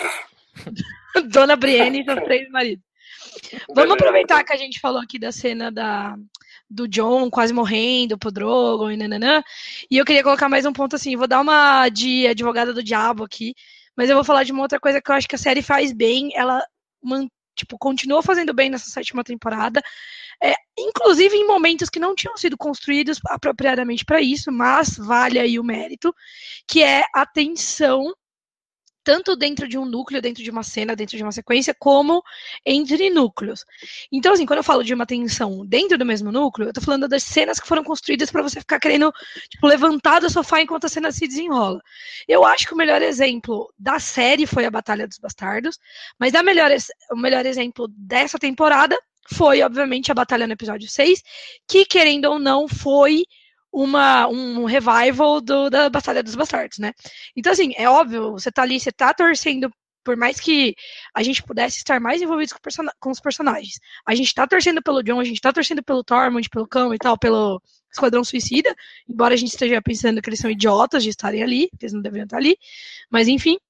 Dona Brienne e seus três maridos. Vamos aproveitar que a gente falou aqui da cena da, do Jon quase morrendo pro Drogon e nananã, e eu queria colocar mais um ponto assim, vou dar uma de advogada do diabo aqui, mas eu vou falar de uma outra coisa que eu acho que a série faz bem, ela tipo, continua fazendo bem nessa sétima temporada, é, inclusive em momentos que não tinham sido construídos apropriadamente para isso, mas vale aí o mérito, que é a tensão, tanto dentro de um núcleo, dentro de uma cena, dentro de uma sequência, como entre núcleos. Então, assim, quando eu falo de uma tensão dentro do mesmo núcleo, eu tô falando das cenas que foram construídas para você ficar querendo, tipo, levantar do sofá enquanto a cena se desenrola. Eu acho que o melhor exemplo da série foi a Batalha dos Bastardos, mas a melhor, o melhor exemplo dessa temporada foi, obviamente, a batalha no episódio seis, que, querendo ou não, foi uma, um revival do, da Batalha dos Bastardos, né? Então, assim, é óbvio, você tá ali, você tá torcendo, por mais que a gente pudesse estar mais envolvidos com, person- com os personagens. A gente tá torcendo pelo Jon, a gente tá torcendo pelo Tormund, pelo Cão e tal, pelo Esquadrão Suicida, embora a gente esteja pensando que eles são idiotas de estarem ali, que eles não deveriam estar ali, mas enfim.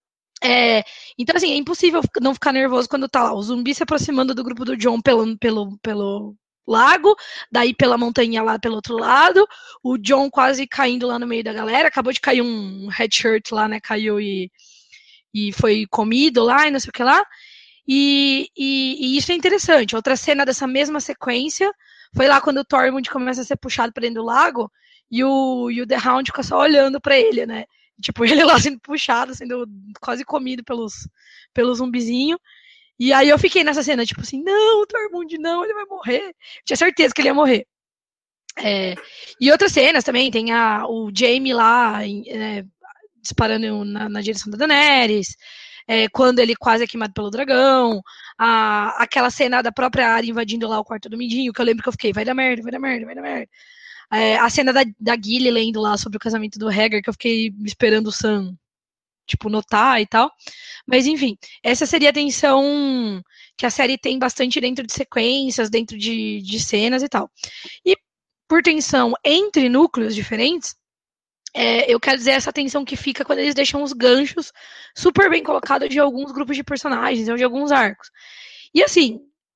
É, então, assim, é impossível não ficar nervoso quando tá lá o zumbi se aproximando do grupo do Jon pelo, pelo, pelo lago, daí pela montanha lá pelo outro lado, o Jon quase caindo lá no meio da galera, acabou de cair um headshirt lá, né, caiu e, e foi comido lá e não sei o que lá, e, e, e isso é interessante. Outra cena dessa mesma sequência foi lá quando o Tormund começa a ser puxado pra dentro do lago e o, e o The Hound fica só olhando pra ele, né. Tipo, ele lá sendo puxado, sendo quase comido pelos, pelo zumbizinho. E aí eu fiquei nessa cena, tipo assim, não, o Tormund não, ele vai morrer. Eu tinha certeza que ele ia morrer. É, e outras cenas também, tem a, o Jaime lá é, disparando na, na direção da Daenerys, é, quando ele quase é queimado pelo dragão, a, aquela cena da própria Arya invadindo lá o quarto do Mindinho, que eu lembro que eu fiquei, vai dar merda, vai dar merda, vai dar merda. É, a cena da, da Gilly lendo lá sobre o casamento do Rhaegar, que eu fiquei esperando o Sam, tipo, notar e tal. Mas, enfim, essa seria a tensão que a série tem bastante dentro de sequências, dentro de, de cenas e tal. E por tensão entre núcleos diferentes, é, eu quero dizer essa tensão que fica quando eles deixam os ganchos super bem colocados de alguns grupos de personagens, ou de alguns arcos. E, assim,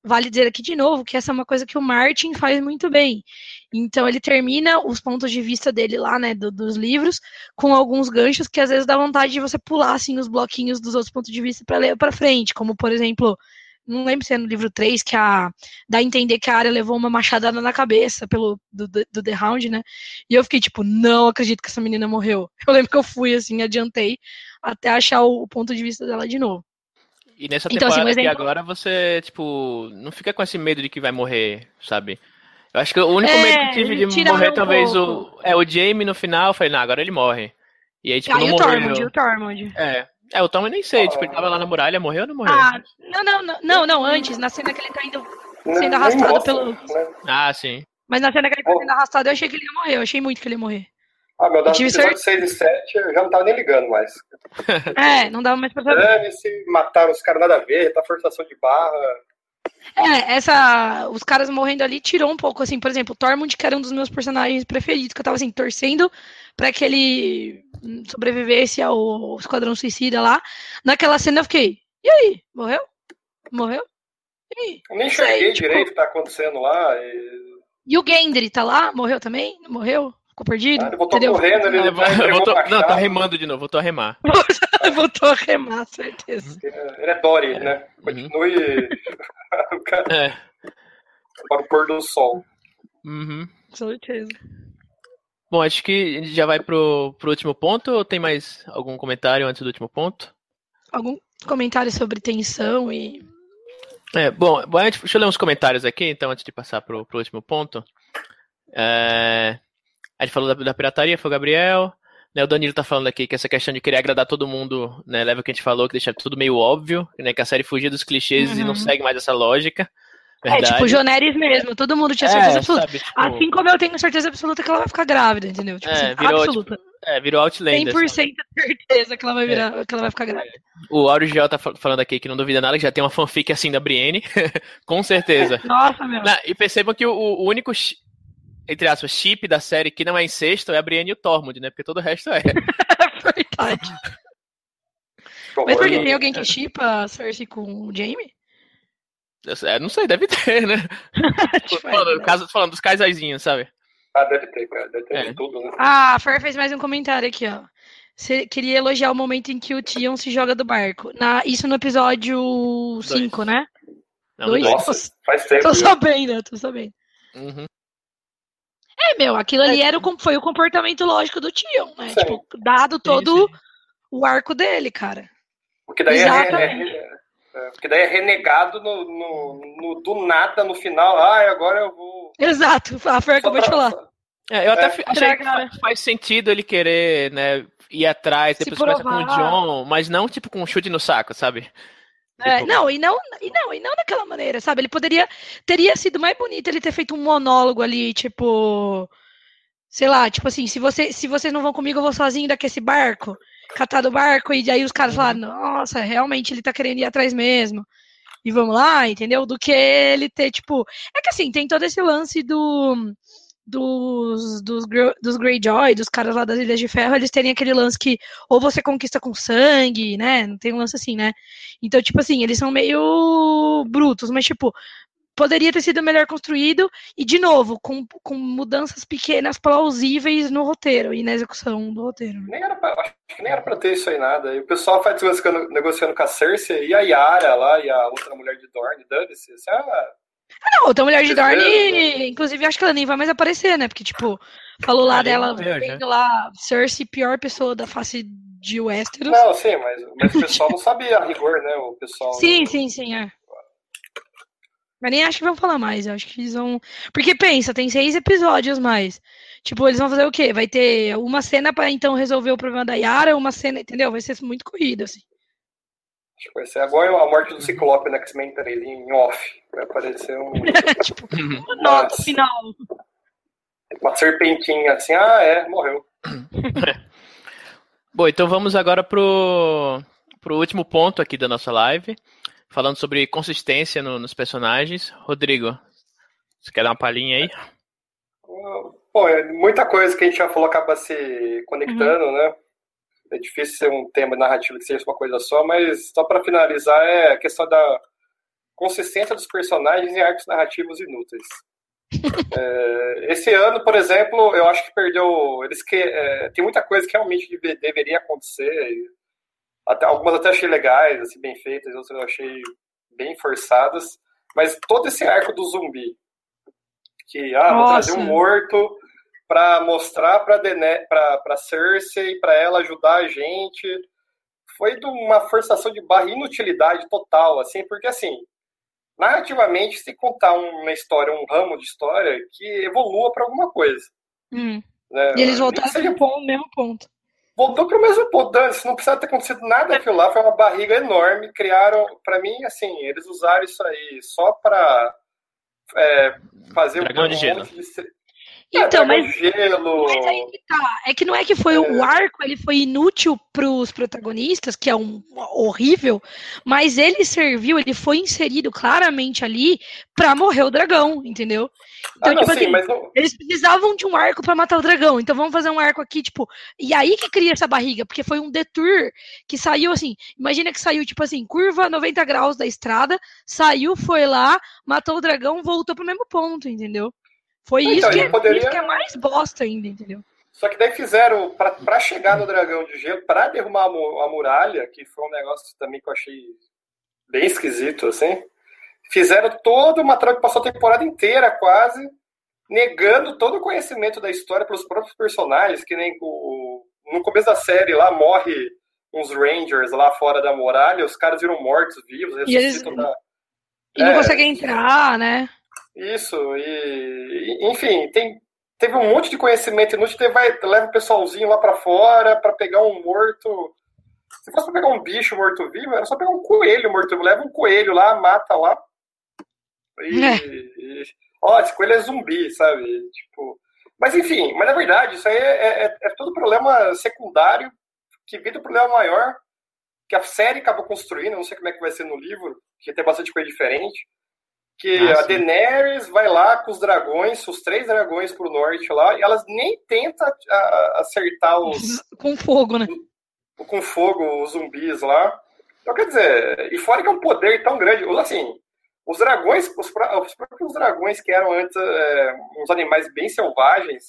vale dizer aqui de novo que essa é uma coisa que o Martin faz muito bem. Então ele termina os pontos de vista dele lá, né, do, dos livros, com alguns ganchos que às vezes dá vontade de você pular, assim, os bloquinhos dos outros pontos de vista para ler para frente, como, por exemplo, não lembro se é no livro três, que a, dá a entender que a Arya levou uma machadada na cabeça pelo, do, do, do The Hound, né, e eu fiquei tipo, não acredito que essa menina morreu. Eu lembro que eu fui, assim, adiantei até achar o, o ponto de vista dela de novo. E nessa Então, assim, temporada um aqui exemplo- agora, você, tipo, não fica com esse medo de que vai morrer, sabe? Eu acho que o único É, medo que eu tive de tiraram morrer, um talvez, pouco. o, é o Jaime no final. Eu falei, não, agora ele morre. E aí, tipo, Ah, não e o Tormund, e morreu. o Tormund. É, é, o Tom eu nem sei, tipo, ele tava lá na muralha, morreu ou não morreu? Ah, não, não, não, não, não, antes, na cena que ele tá indo sendo Nem arrastado mostra, pelo. né? Ah, sim. Mas na cena que ele tá Oh. sendo arrastado, eu achei que ele ia morrer. Eu achei muito que ele ia morrer. Ah, meu, Eu das tive episódios seis e sete eu já não tava nem ligando mais. É, não dava mais pra saber. Dane-se, mataram os caras nada a ver, tá forçação de barra. É, essa. Os caras morrendo ali tirou um pouco, assim, por exemplo, o Tormund, que era um dos meus personagens preferidos, que eu tava assim, torcendo pra que ele sobrevivesse ao Esquadrão Suicida lá. Naquela cena eu fiquei, e aí? Morreu? Morreu? E aí? Eu nem Não sei, enxerguei tipo, direito o que tá acontecendo lá. E... E o Gendry tá lá? Morreu também? Não morreu? Ficou perdido? Ah, ele voltou Entendeu? correndo, ele É, já entregou voltou, o machado. não, tá remando de novo, voltou a remar. Voltou a remar, certeza. Ele é Dory, É. né? Uhum. Continue o cara É. para o pôr do sol. Uhum. Certeza. Bom, acho que a gente já vai pro, pro último ponto, ou tem mais algum comentário antes do último ponto? Algum comentário sobre tensão e. É, bom, bom, deixa eu ler uns comentários aqui, então, antes de passar pro, pro último ponto. É, a gente falou da, da pirataria, foi o Gabriel. Né, o Danilo tá falando aqui que essa questão de querer agradar todo mundo, né, leva o que a gente falou, que deixa tudo meio óbvio, né, que a série fugia dos clichês Uhum. e não segue mais essa lógica. É, Verdade. tipo, Joneris mesmo, todo mundo tinha certeza É, absoluta. sabe, tipo, Assim como eu tenho certeza absoluta que ela vai ficar grávida, entendeu? Tipo é, assim, virou, absoluta. tipo, é, virou Outlander. cem por sabe? cento certeza que ela vai virar, que ela vai ficar grávida. O Auro Gel tá fal- falando aqui que não duvida nada, que já tem uma fanfic assim da Brienne. Com certeza. Nossa, meu. Não, e percebam que o, o único, chi- entre aspas, chip da série que não é incesto é a Brienne e o Tormund, né? Porque todo o resto é. É verdade. Que Mas horror, porque né? tem alguém que chipa a Cersei com o Jaime? Eu sei- não sei, deve ter, né? Tipo, Falando, é, caso, falando dos casaizinhos, sabe? Ah, deve ter, cara. Deve ter É. de tudo, né? Ah, a Fer fez mais um comentário aqui, ó. Você queria elogiar o momento em que o Tion se joga do barco. Na, isso no episódio cinco, né? Não, Dois? dois. Nossa, faz tempo. Tô já. sabendo, tô sabendo. Uhum. É, meu, aquilo ali era o, com- foi o comportamento lógico do Tion, né? Sim. Tipo, dado todo Sim, sim. o arco dele, cara. Porque daí é, re- é, Exatamente. re- é, porque daí é renegado no, no, no- do nada no final. Ah, agora eu vou. Exato, a Fer Só acabou de pra- falar. É, eu até É. fi- achei que Cara. fa- faz sentido ele querer, né, ir atrás, Se depois começa com o provar. John, mas não tipo com um chute no saco, sabe? É, Tipo, não, e não, e não, e não daquela maneira, sabe? Ele poderia, teria sido mais bonito ele ter feito um monólogo ali, tipo, sei lá, tipo assim, se você, se vocês não vão comigo, eu vou sozinho daqui esse barco, catar do barco, e aí os caras Uhum. falaram, nossa, realmente ele tá querendo ir atrás mesmo. E vamos lá, entendeu? Do que ele ter, tipo, é que assim, tem todo esse lance do dos, dos, Gre- dos Greyjoy, dos caras lá das Ilhas de Ferro, eles terem aquele lance que ou você conquista com sangue, né? Não tem um lance assim, né? Então, tipo assim, eles são meio brutos, mas, tipo, poderia ter sido melhor construído e, de novo, com, com mudanças pequenas plausíveis no roteiro e na execução do roteiro. Nem era pra, acho que nem era pra ter isso aí nada. E o pessoal faz negociando, negociando com a Cersei e a Yara lá e a outra mulher de Dorne, dane-se. Assim, ah, Não, outra mulher de Dorne, Beleza. inclusive, acho que ela nem vai mais aparecer, né? Porque, tipo, falou lá Ah, ele dela, morreu já. vendo lá, Cersei, pior pessoa da face de Westeros. não, sim, mas, mas o pessoal não sabia a rigor, né? O pessoal. Sim, sim, sim, é. Mas nem acho que vão falar mais, eu acho que eles vão... Porque pensa, tem seis episódios mais. Tipo, eles vão fazer o quê? Vai ter uma cena pra então resolver o problema da Yara, uma cena, entendeu? Vai ser muito corrido, assim. Acho que vai ser agora a morte do Ciclope no X-Men três, em off. Vai aparecer um, Tipo, Uhum. uma nota Nossa. final. uma serpentinha assim, ah, é, morreu. Bom, então vamos agora pro, pro último ponto aqui da nossa live, falando sobre consistência no- nos personagens. Rodrigo, você quer dar uma palhinha aí? Bom, é, muita coisa que a gente já falou acaba se conectando, né? É difícil ser um tema narrativo que seja uma coisa só, mas só para finalizar é a questão da, consistência dos personagens em arcos narrativos inúteis. é, esse ano, por exemplo, eu acho que perdeu... Eles que, é, tem muita coisa que realmente deve, deveria acontecer. Até, algumas até achei legais, assim, bem feitas, outras eu achei bem forçadas. Mas todo esse arco do zumbi, que, ah, vou trazer um morto para mostrar para para Cersei, para ela ajudar a gente, foi de uma forçação de barra, inutilidade total, assim, porque, assim, narrativamente, se contar uma história, um ramo de história, que evolua para alguma coisa. Hum. Né? E eles voltaram seja... para o mesmo ponto. Voltou para o mesmo ponto, Dani, não precisava ter acontecido nada daquilo lá, foi uma barriga enorme, criaram, para mim, assim, eles usaram isso aí só para é, fazer Dragão um de gelo. monte de... Então, é, mas, gelo. mas aí que tá. É que não é que foi é. o arco, ele foi inútil pros protagonistas, que é um horrível, mas ele serviu, ele foi inserido claramente ali pra morrer o dragão, entendeu? Então, ah, não, tipo sim, assim, mas não... eles precisavam de um arco pra matar o dragão, então vamos fazer um arco aqui, tipo, e aí que cria essa barriga, porque foi um detour que saiu assim, imagina que saiu, tipo assim, curva noventa graus da estrada, saiu, foi lá, matou o dragão, voltou pro mesmo ponto, entendeu? Foi então, isso, que é, poderia... isso que é mais bosta ainda, entendeu? Só que daí fizeram, pra, pra chegar no dragão de gelo, pra derrubar a, a muralha, que foi um negócio também que eu achei bem esquisito, assim, fizeram toda uma troca que passou a temporada inteira quase, negando todo o conhecimento da história pelos próprios personagens, que nem o, no começo da série lá morre uns Rangers lá fora da muralha, os caras viram mortos vivos, ressuscitam e eles... da... E não é, conseguem entrar, né? Isso, e enfim, tem, teve um monte de conhecimento inútil, teve, vai, leva o pessoalzinho lá pra fora pra pegar um morto. Se fosse pra pegar um bicho morto-vivo, era só pegar um coelho morto-vivo. Leva um coelho lá, mata lá. E, é. e ó, esse coelho é zumbi, sabe? Tipo, mas enfim, mas na verdade, isso aí é, é, é todo problema secundário que vira um problema maior que a série acabou construindo. Não sei como é que vai ser no livro, que tem bastante coisa diferente. Que ah, a sim. Daenerys vai lá com os dragões, os três dragões pro norte lá, e elas nem tentam a, acertar os... Com fogo, né? O, com fogo, os zumbis lá. Então, quer dizer, e fora que é um poder tão grande, assim, os dragões, os, os próprios dragões que eram antes é, uns animais bem selvagens,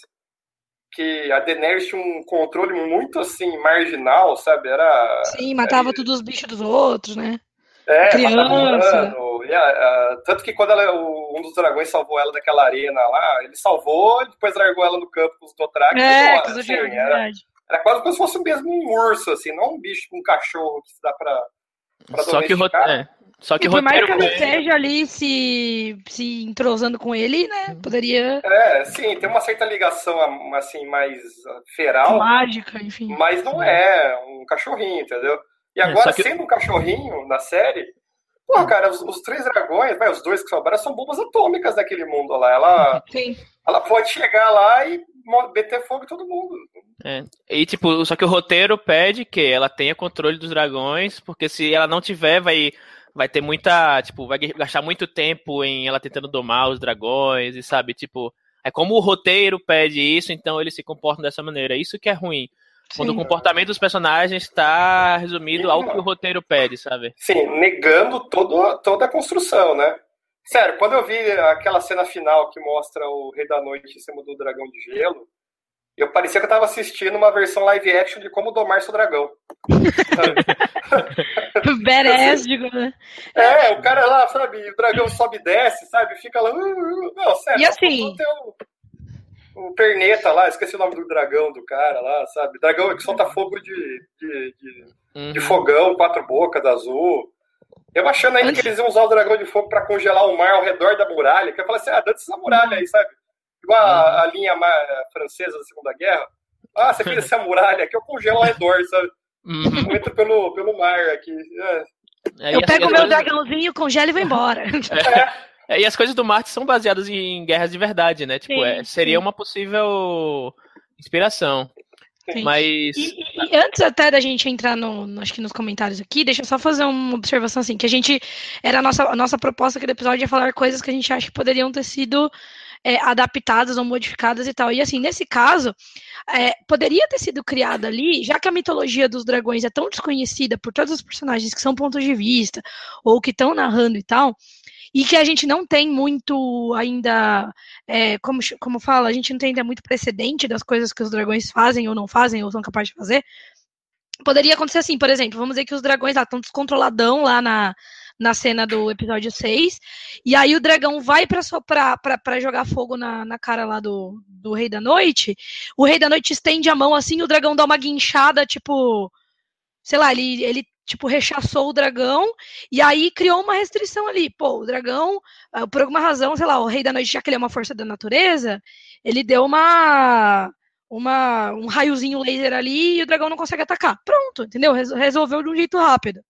que a Daenerys tinha um controle muito, assim, marginal, sabe? Era... Sim, matava é, todos os bichos dos outros, né? É, criança. Matando, e a, a, tanto que quando ela, o, um dos dragões salvou ela daquela arena lá, ele salvou e depois largou ela no campo com os Dothraki. É, com os assim, era, era quase como se fosse mesmo um urso, assim, não um bicho com um cachorro que se dá pra, pra Só que o roteiro... Só que e por mais que ela esteja ali se, se entrosando com ele, né, poderia... É, sim, tem uma certa ligação, assim, mais feral. Mágica, enfim. Mas não é um cachorrinho, entendeu? E agora, é, que... sendo um cachorrinho na série, pô, cara, os, os três dragões, vai, os dois que sobraram, são bombas atômicas daquele mundo lá. Ela, Sim. ela pode chegar lá e meter fogo em todo mundo. É. E, tipo, só que o roteiro pede que ela tenha controle dos dragões, porque se ela não tiver, vai, vai ter muita, tipo, vai gastar muito tempo em ela tentando domar os dragões, e sabe, tipo, é como o roteiro pede isso, então eles se comportam dessa maneira. Isso que é ruim. Quando Sim. o comportamento dos personagens está resumido ao que o roteiro pede, sabe? Sim, negando todo, toda a construção, né? Sério, quando eu vi aquela cena final que mostra o Rei da Noite em cima do dragão de gelo, eu parecia que eu estava assistindo uma versão live action de Como Domar Seu Dragão. Badass, digo, né? É, o cara lá, sabe, o dragão sobe e desce, sabe, fica lá... Uh, uh, não, sério, e assim... O Perneta lá, esqueci o nome do dragão do cara lá, sabe? Dragão que solta fogo de, de, de, uhum. de fogão, quatro bocas, azul. Eu achando ainda que eles iam usar o dragão de fogo pra congelar o mar ao redor da muralha, que eu falei assim, ah, dane essa muralha aí, sabe? Igual a, a linha francesa da Segunda Guerra. Ah, você fez essa muralha aqui, eu congelo ao redor, sabe? Uhum. Eu entro pelo, pelo mar aqui. É. Eu pego o meu dragãozinho, congelo e vou embora. É. É, e as coisas do Marte são baseadas em guerras de verdade, né? Tipo, sim, é, seria sim. uma possível inspiração. Sim. Mas... E, e, e antes até da gente entrar no, no, acho que nos comentários aqui, deixa eu só fazer uma observação assim, que a gente, era a nossa, a nossa proposta aqui do episódio é falar coisas que a gente acha que poderiam ter sido é, adaptadas ou modificadas e tal. E assim, nesse caso, é, poderia ter sido criada ali, já que a mitologia dos dragões é tão desconhecida por todos os personagens que são pontos de vista, ou que estão narrando e tal, e que a gente não tem muito ainda, é, como, como fala, a gente não tem ainda muito precedente das coisas que os dragões fazem ou não fazem, ou são capazes de fazer. Poderia acontecer assim, por exemplo, vamos dizer que os dragões lá estão descontroladão lá na, na cena do episódio seis, e aí o dragão vai pra soprar, pra, pra jogar fogo na, na cara lá do, do Rei da Noite, o Rei da Noite estende a mão assim, o dragão dá uma guinchada, tipo, sei lá, ele, ele tipo, rechaçou o dragão, e aí criou uma restrição ali. Pô, o dragão, por alguma razão, sei lá, o Rei da Noite, já que ele é uma força da natureza, ele deu uma... Uma, um raiozinho laser ali e o dragão não consegue atacar. Pronto, entendeu? Resolveu de um jeito rápido.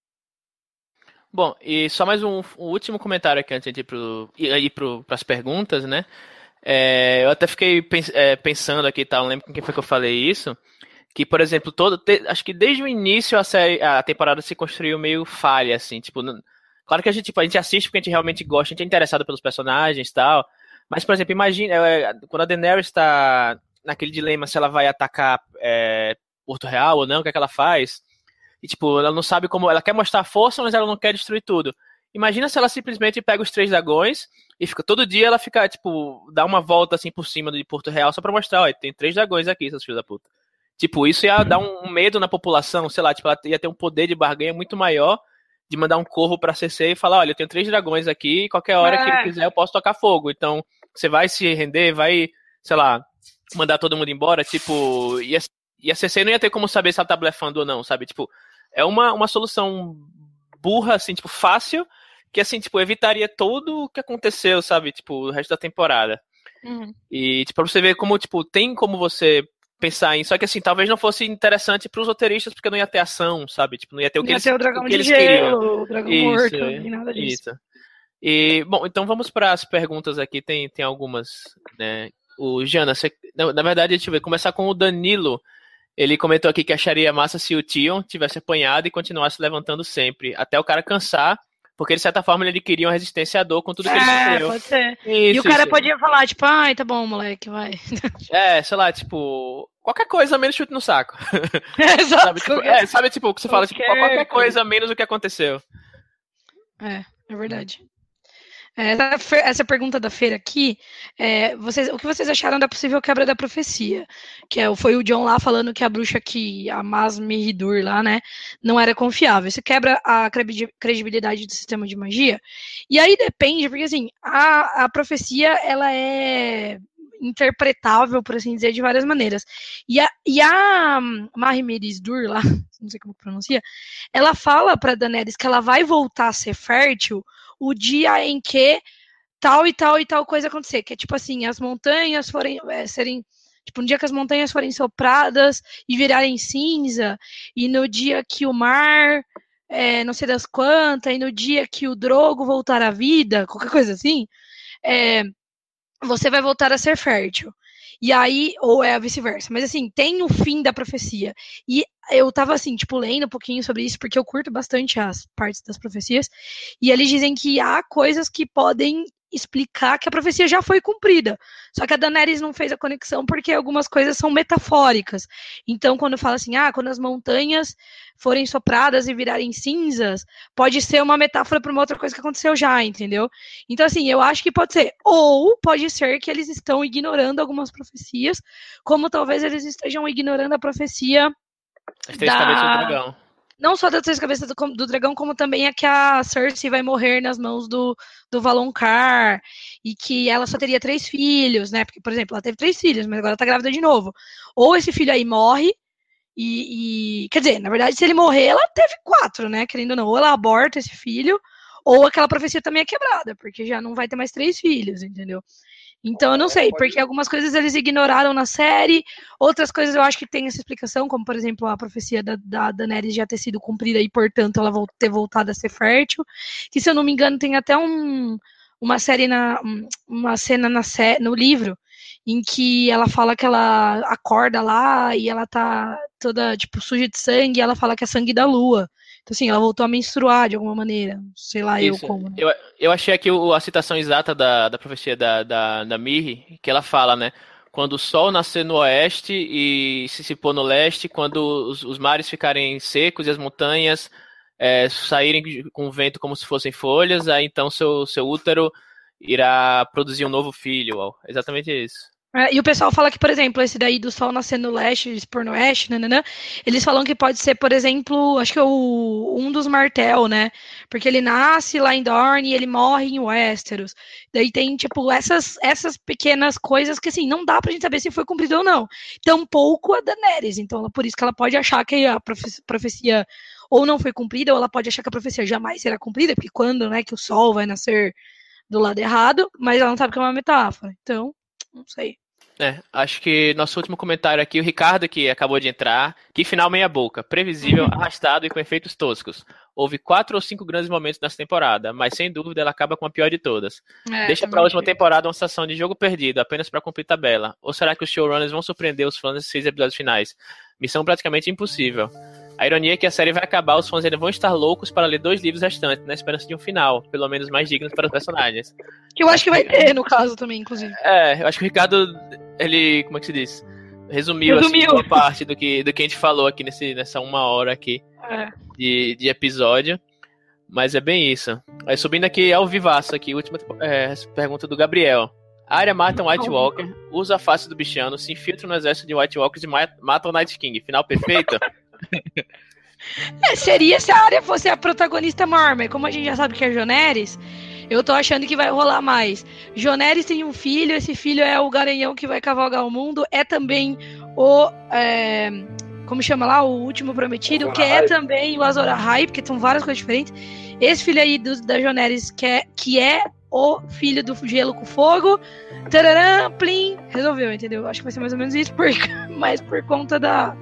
Bom, e só mais um, um último comentário aqui antes de ir para as perguntas, né? É, eu até fiquei pens, é, pensando aqui, tá? Não lembro com quem foi que eu falei isso. Que, por exemplo, todo, te, acho que desde o início a série, a temporada se construiu meio falha, assim. Tipo, não, claro que a gente, tipo, a gente assiste porque a gente realmente gosta, a gente é interessado pelos personagens e tal. Mas, por exemplo, imagina, é, quando a Daenerys está naquele dilema se ela vai atacar é, Porto Real ou não, o que é que ela faz? E, tipo, ela não sabe como... Ela quer mostrar a força, mas ela não quer destruir tudo. Imagina se ela simplesmente pega os três dragões e fica todo dia ela fica, tipo, dá uma volta, assim, por cima de Porto Real só pra mostrar, ó, tem três dragões aqui, seus filhos da puta. Tipo, isso ia dar um medo na população, sei lá, tipo, ela ia ter um poder de barganha muito maior de mandar um corvo pra Cersei e falar, olha, eu tenho três dragões aqui e qualquer hora é. que ele quiser eu posso tocar fogo. Então, você vai se render, vai, sei lá... mandar todo mundo embora, tipo, e a, e a Cersei não ia ter como saber se ela tá blefando ou não, sabe, tipo, é uma, uma solução burra, assim, tipo, fácil, que, assim, tipo, evitaria todo o que aconteceu, sabe, tipo, o resto da temporada. Uhum. E, tipo, pra você ver como, tipo, tem como você pensar em, só que, assim, talvez não fosse interessante pros roteiristas, porque não ia ter ação, sabe, tipo, não ia ter o que ia eles, ter o dragão o que de eles gelo, queriam. O dragão isso, morto, nem nada disso. Isso. E, bom, então vamos para as perguntas aqui, tem, tem algumas, né. O Jana, você, na, na verdade, deixa eu ver, começar com o Danilo. Ele comentou aqui que acharia massa se o Tion tivesse apanhado e continuasse levantando sempre, até o cara cansar, porque de certa forma ele queria uma resistência à dor com tudo que é, ele sofreu. Pode ser. Isso, e o cara isso. podia falar, tipo, ai, tá bom, moleque, vai. É, sei lá, tipo, qualquer coisa menos chute no saco. É, exato. sabe, tipo, é, sabe, tipo, o que você fala, tipo, qualquer coisa menos o que aconteceu. É, é verdade. Essa, essa pergunta da feira aqui, é, vocês, o que vocês acharam da possível quebra da profecia? Que é, foi o Jon lá falando que a bruxa que, a Mas Meridur lá, né, não era confiável. Isso quebra a credibilidade do sistema de magia? E aí depende, porque assim, a, a profecia, ela é interpretável, por assim dizer, de várias maneiras. E a, e a Mari Meridur lá, não sei como pronuncia, ela fala pra Daenerys que ela vai voltar a ser fértil o dia em que tal e tal e tal coisa acontecer, que é tipo assim, as montanhas forem é, serem, tipo, no dia que as montanhas forem sopradas e virarem cinza, e no dia que o mar, é, não sei das quantas, e no dia que o Drogo voltar à vida, qualquer coisa assim, é, você vai voltar a ser fértil. E aí, ou é vice-versa. Mas assim, tem o fim da profecia. E eu tava assim, tipo, lendo um pouquinho sobre isso, porque eu curto bastante as partes das profecias. E eles dizem que há coisas que podem explicar que a profecia já foi cumprida. Só que a Daenerys não fez a conexão porque algumas coisas são metafóricas. Então, quando fala assim, ah, quando as montanhas forem sopradas e virarem cinzas, pode ser uma metáfora para uma outra coisa que aconteceu já, entendeu? Então, assim, eu acho que pode ser. Ou pode ser que eles estão ignorando algumas profecias, como talvez eles estejam ignorando a profecia As três da... cabeças do dragão. Não só das três cabeças do, do dragão, como também é que a Cersei vai morrer nas mãos do, do Valonqar, e que ela só teria três filhos, né? Porque, por exemplo, ela teve três filhos, mas agora tá grávida de novo. Ou esse filho aí morre, e, e... Quer dizer, na verdade, se ele morrer, ela teve quatro, né? Querendo ou não. Ou ela aborta esse filho, ou aquela profecia também é quebrada, porque já não vai ter mais três filhos, entendeu? Então, eu não sei, porque algumas coisas eles ignoraram na série, outras coisas eu acho que tem essa explicação, como, por exemplo, a profecia da, da Daenerys já ter sido cumprida e, portanto, ela ter voltado a ser fértil, que, se eu não me engano, tem até um, uma série, na, uma cena na, no livro, em que ela fala que ela acorda lá e ela tá toda, tipo, suja de sangue, e ela fala que é sangue da lua. Então, assim, ela voltou a menstruar de alguma maneira. Sei lá, Isso. eu como. Né? Eu, eu achei aqui o- a citação exata da, da profecia da, da, da Miri, que ela fala, né? Quando o sol nascer no oeste e se se pôr no leste, quando os, os mares ficarem secos e as montanhas é, saírem com o vento como se fossem folhas, aí então seu, seu útero irá produzir um novo filho. Ó. Exatamente isso. É, e o pessoal fala que, por exemplo, esse daí do sol nascer no leste, se pôr no oeste, nananã, eles falam que pode ser, por exemplo, acho que é o, um dos Martel, né? Porque ele nasce lá em Dorne e ele morre em Westeros. Daí tem, tipo, essas, essas pequenas coisas que, assim, não dá pra gente saber se foi cumprido ou não. Tampouco a Daenerys. Então, por isso que ela pode achar que a profe- profecia ou não foi cumprida, ou ela pode achar que a profecia jamais será cumprida, porque quando, né, que o sol vai nascer do lado errado, mas ela não sabe que é uma metáfora. Então, não sei. É, acho que nosso último comentário aqui, o Ricardo, que acabou de entrar, que final meia boca, previsível, arrastado e com efeitos toscos. Houve quatro ou cinco grandes momentos nessa temporada, mas sem dúvida ela acaba com a pior de todas. É, Deixa pra última temporada uma sensação de jogo perdido, apenas pra cumprir tabela. Ou será que os showrunners vão surpreender os fãs nesses seis episódios finais? Missão praticamente impossível. A ironia é que a série vai acabar, os fãs ainda vão estar loucos para ler dois livros restantes, na esperança de um final, pelo menos mais digno para os personagens. Que eu acho que vai ter, no caso, também, inclusive. É, eu acho que o Ricardo, ele, como é que se diz? Resumiu, Resumiu. assim, boa parte do que, do que a gente falou aqui nesse, nessa uma hora aqui é. de, de episódio. Mas é bem isso. Aí, subindo aqui ao vivaço aqui, última é, pergunta do Gabriel. A Arya mata um White Walker, usa a face do bichano, se infiltra no exército de White Walkers e mata o Night King. Final perfeito? É, seria se a Arya fosse a protagonista maior, mas como a gente já sabe que é Joneris, eu tô achando que vai rolar mais. Joneris tem um filho, esse filho é o garanhão que vai cavalgar o mundo, é também o... É, como chama lá? O último prometido, Azor que Ahai. É também o Azor Ahai, porque são várias coisas diferentes. Esse filho aí do, da Joneris, que é, que é o filho do gelo com fogo, tararã, plim, resolveu, entendeu? Acho que vai ser mais ou menos isso, por, mas por conta da...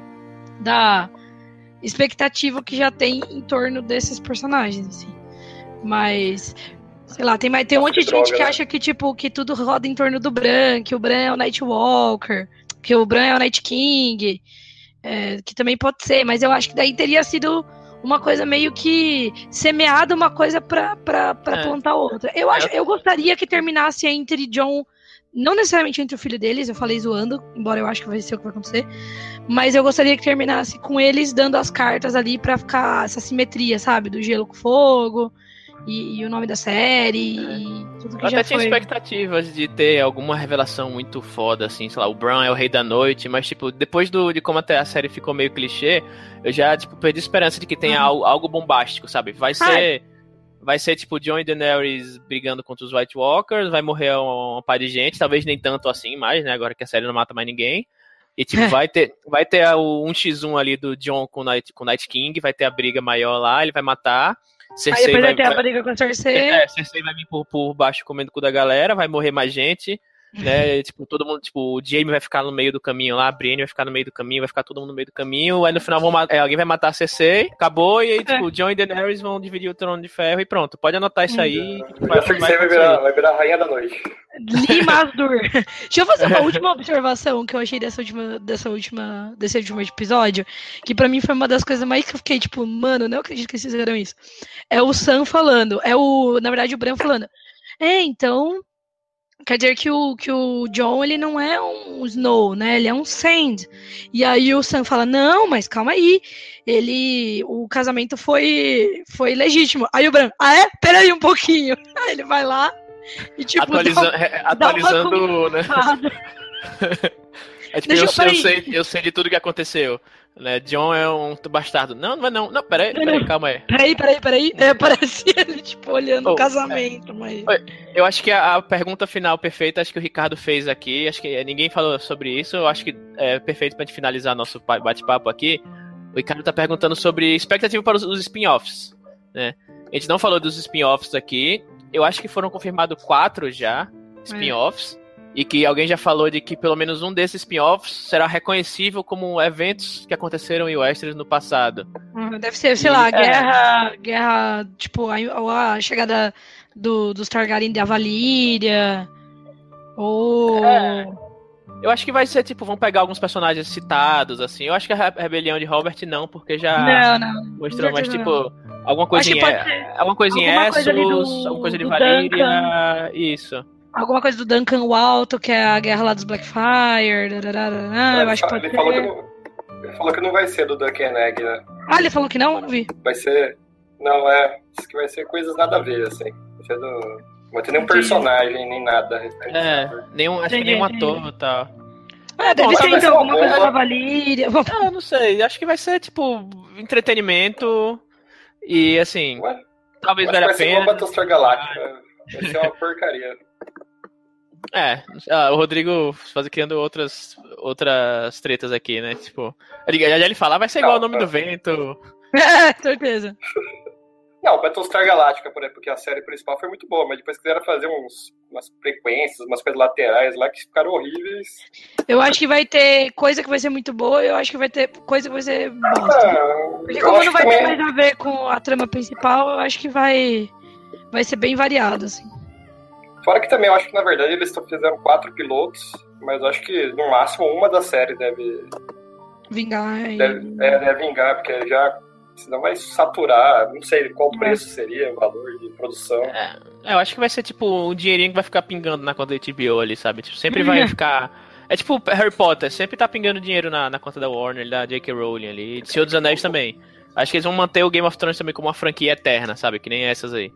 da expectativa que já tem em torno desses personagens, assim. Mas, sei lá, tem, tem um monte de gente que acha que, tipo, que tudo roda em torno do Bran, que o Bran é o Night Walker, que o Bran é o Night King, é, que também pode ser, mas eu acho que daí teria sido uma coisa meio que semeada uma coisa pra, pra, pra é. plantar outra. Eu, acho, eu gostaria que terminasse entre Jon... Não necessariamente entre o filho deles, eu falei zoando, embora eu acho que vai ser o que vai acontecer. Mas eu gostaria que terminasse com eles dando as cartas ali pra ficar essa simetria, sabe? Do gelo com fogo, e, e o nome da série, é. e tudo que eu já até foi. tinha expectativas de ter alguma revelação muito foda, assim, sei lá, o Bran é o rei da noite, mas, tipo, depois do, de como até a série ficou meio clichê, eu já, tipo, perdi esperança de que tenha uhum. algo, algo bombástico, sabe? Vai ser... Ah. Vai ser tipo Jon e Daenerys brigando contra os White Walkers, vai morrer uma, uma par de gente, talvez nem tanto assim mais, né? Agora que a série não mata mais ninguém. E tipo, é. vai ter, vai ter o um contra um ali do Jon com o Night, com Night King, vai ter a briga maior lá, ele vai matar. Cersei Aí depois vai, vai ter a briga com a Cersei. É, Cersei vai vir por, por baixo comendo o cu da galera, vai morrer mais gente. Né, tipo, todo mundo, tipo, o Jaime vai ficar no meio do caminho lá, a Brienne vai ficar no meio do caminho, vai ficar todo mundo no meio do caminho, aí no final vão é, alguém vai matar a Cersei, acabou, e aí, tipo, é. Jon e Daenerys vão dividir o trono de ferro e pronto, pode anotar isso aí. Hum. Vai, a Cersei vai virar, vai virar a rainha da noite. Limasdur. Deixa eu fazer uma última observação que eu achei dessa última, dessa última, desse último episódio, que pra mim foi uma das coisas mais que eu fiquei, tipo, mano, não acredito que eles fizeram isso. É o Sam falando, é o, na verdade, o Bran falando, é, então... Quer dizer que o, que o Jon, ele não é um Snow, né? Ele é um Sand. E aí o Sam fala, não, mas calma aí. Ele... O casamento foi, foi legítimo. Aí o Bran, ah é? Peraí um pouquinho. Aí ele vai lá e tipo... Atualiza dá, atualizando, dá né? É tipo, eu, eu, sei, eu sei de tudo que aconteceu. Né? Jon é um bastardo. Não, não é não. Não, peraí, peraí, calma aí. Peraí, peraí, peraí. É, parece ele, tipo, olhando oh, o casamento, é. mas... Eu acho que a, a pergunta final perfeita, acho que o Ricardo fez aqui, acho que ninguém falou sobre isso, eu acho que é perfeito pra gente finalizar nosso bate-papo aqui. O Ricardo tá perguntando sobre expectativa para os, os spin-offs, né? A gente não falou dos spin-offs aqui, eu acho que foram confirmados quatro já, spin-offs. É. E que alguém já falou de que pelo menos um desses spin-offs será reconhecível como eventos que aconteceram em Westeros no passado. Deve ser, sei e, lá, guerra, é... guerra, tipo, a, a chegada do, dos Targaryen da Valíria, ou... É. Eu acho que vai ser, tipo, vão pegar alguns personagens citados, assim. Eu acho que a Rebelião de Robert não, porque já não, não, mostrou mais, tipo, alguma coisinha, alguma coisinha alguma Essos, coisa do, alguma coisa de do Valíria, Duncan. Isso. Alguma coisa do Duncan Walton, que é a guerra lá dos Blackfire. É, eu acho que pode ele, ser. falou que não, ele falou que não vai ser do Duncan Egg, né? Ah, ele falou que não? Eu não vi. Vai ser... Não, é... Diz que vai ser coisas nada a ver, assim. Vai ser do... Não vai ter nenhum personagem, nem nada a respeito. É, nenhum, acho que nenhum ator e tal. É, deve Bom, ser vai então ser alguma uma coisa bomba. da Valíria. Ah, não sei, acho que vai ser, tipo, entretenimento e, assim, Ué? talvez Acho que valha a vai ser pena. uma Battlestar Galactica. Vai ser uma porcaria. É, ah, o Rodrigo faz criando outras, outras tretas aqui, né? Tipo, ele, já ele fala, vai ser igual o Nome do Vento. É, certeza. Não, Battlestar Galactica, por exemplo, porque a série principal foi muito boa, mas depois quiseram fazer uns, umas frequências, umas coisas laterais lá que ficaram horríveis. Eu acho que vai ter coisa que vai ser muito boa e eu acho que vai ter coisa que vai ser bosta. Ah, Porque eu como acho não vai que ter também- mais a ver com a trama principal, eu acho que vai, vai ser bem variado, assim. Fora que também eu acho que, na verdade, eles tão- fizeram quatro pilotos, mas eu acho que, no máximo, uma das séries deve, Vingar e... deve, é, deve vingar, porque já... Senão vai saturar, não sei qual É. preço seria, o valor de produção. É, eu acho que vai ser, tipo, um dinheirinho que vai ficar pingando na conta da H B O ali, sabe? Tipo, sempre vai ficar... É tipo Harry Potter, sempre tá pingando dinheiro na, na conta da Warner, da J K Rowling ali, de Senhor dos Anéis também. Acho que eles vão manter o Game of Thrones também como uma franquia eterna, sabe? Que nem essas aí.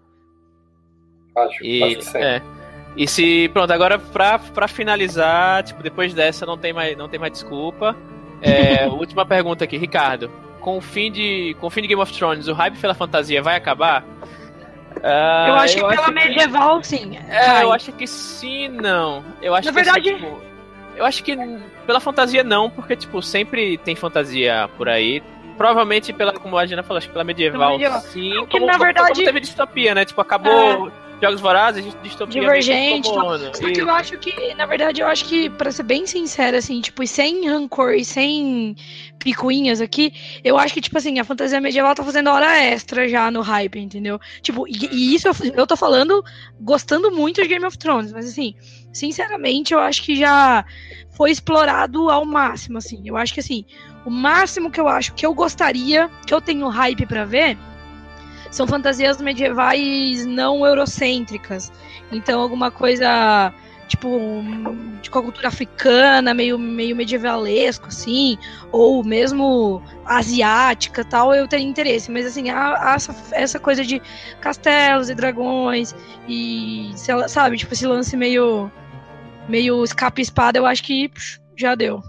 Acho, E, acho que sim. é. E se, pronto, agora pra, pra finalizar, tipo, depois dessa não tem mais, não tem mais desculpa. É, última pergunta aqui, Ricardo. Com o fim de, com o fim de Game of Thrones, o hype pela fantasia vai acabar? Ah, Eu acho que eu pela acho que- medieval, sim. É, cai. eu acho que sim, não. Eu acho Na que verdade- assim, tipo, eu acho que pela fantasia não, porque tipo, sempre tem fantasia por aí. Provavelmente pela, como a Gina falou, acho que pela medieval, Pela medieval. sim. Porque, como, na como- verdade- como teve distopia, né? Tipo, acabou Jogos Vorazes, distopia meio que Divergente. ficou Tal. mono. Só que E- eu acho que, na verdade, eu acho que, pra ser bem sincera, assim, tipo, e sem rancor e sem picuinhas aqui, eu acho que, tipo assim, a fantasia medieval tá fazendo hora extra já no hype, entendeu? Tipo, e, e isso eu, eu tô falando gostando muito de Game of Thrones, mas assim, sinceramente, eu acho que já foi explorado ao máximo, assim. Eu acho que, assim, o máximo que eu acho que eu gostaria, que eu tenho hype pra ver, são fantasias medievais não eurocêntricas. Então, alguma coisa, tipo, um- de cultura africana, meio, meio medievalesco, assim, ou mesmo asiática tal, eu tenho interesse. Mas, assim, a, a, essa, essa coisa de castelos e dragões e, sei lá, sabe, tipo, esse lance meio, meio escapa-espada, eu acho que pux, já deu.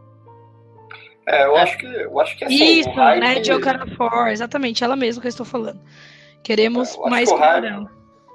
É, eu acho que, eu acho que assim, Isso, o hype... né, de Okafor, exatamente, ela mesma que eu estou falando. Queremos É, eu acho mais que o hype- dela.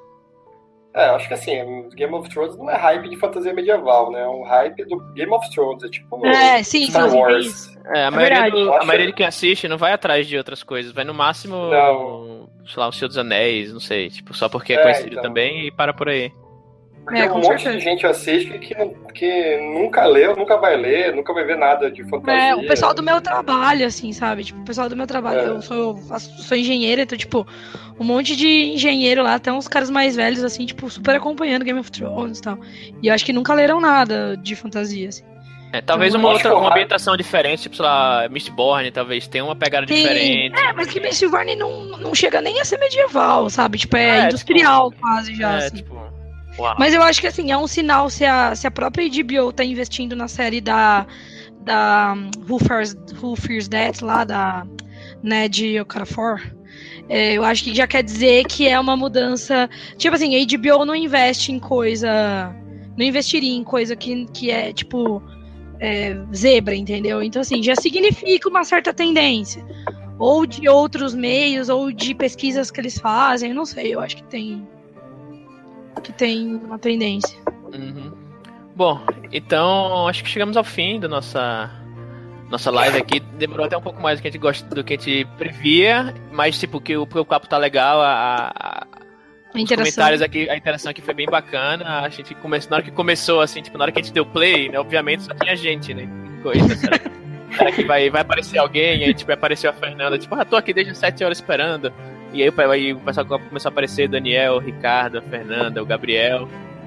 É, eu acho que assim, Game of Thrones não é hype de fantasia medieval, né? É um hype do Game of Thrones, é tipo É, sim, Star sim, Wars. isso. É, a, É maioria, verdade. do- Eu a acho- maioria de quem assiste não vai atrás de outras coisas. Vai no máximo, Não. sei lá, o Senhor dos Anéis, não sei. Tipo, só porque é, É, conhecido então. também e para por aí. Porque É, um com monte certeza. de gente assiste que, que nunca leu, nunca vai ler, nunca vai ver nada de fantasia. É, o pessoal do meu trabalho, assim, sabe? Tipo, o pessoal do meu trabalho. É. Eu sou, faço- sou engenheira, então, tipo, um monte de engenheiro lá, até uns caras mais velhos, assim, tipo, super acompanhando Game of Thrones e tal. E eu acho que nunca leram nada de fantasia, assim. É, talvez Eu uma acho outra que o uma hype- ambientação diferente, tipo, sei lá, Mistborn, talvez tenha uma pegada Sim. diferente. É, mas que Mistborn não, não chega nem a ser medieval, sabe? Tipo, é, É, industrial quase já, É, assim. tipo, uau. Mas eu acho que assim, é um sinal se a, se a própria H B O tá investindo na série da, da um, Who, Fears, Who Fears That, lá da Ned Okafor. É, eu acho que já quer dizer que é uma mudança. Tipo assim, a H B O não investe em coisa. Não investiria em coisa que, que é tipo é, zebra, entendeu? Então, assim, já significa uma certa tendência. Ou de outros meios, ou de pesquisas que eles fazem, eu não sei, eu acho que tem. Que tem uma tendência. Uhum. Bom, então acho que chegamos ao fim da nossa nossa live aqui. Demorou até um pouco mais do que a gente gosta, do que a gente previa, mas tipo que o, o papo tá legal, a, a A os interação. comentários aqui, a interação aqui foi bem bacana. A gente começou, na hora que começou assim, tipo, na hora que a gente deu play, né, obviamente só tinha gente, né? Coisa, será que, será que vai, vai aparecer alguém? Aí tipo, apareceu a Fernanda, tipo, ah, tô aqui desde as sete horas esperando. E aí, aí o pessoal começou a aparecer, Daniel, o Ricardo, a Fernanda, o Gabriel.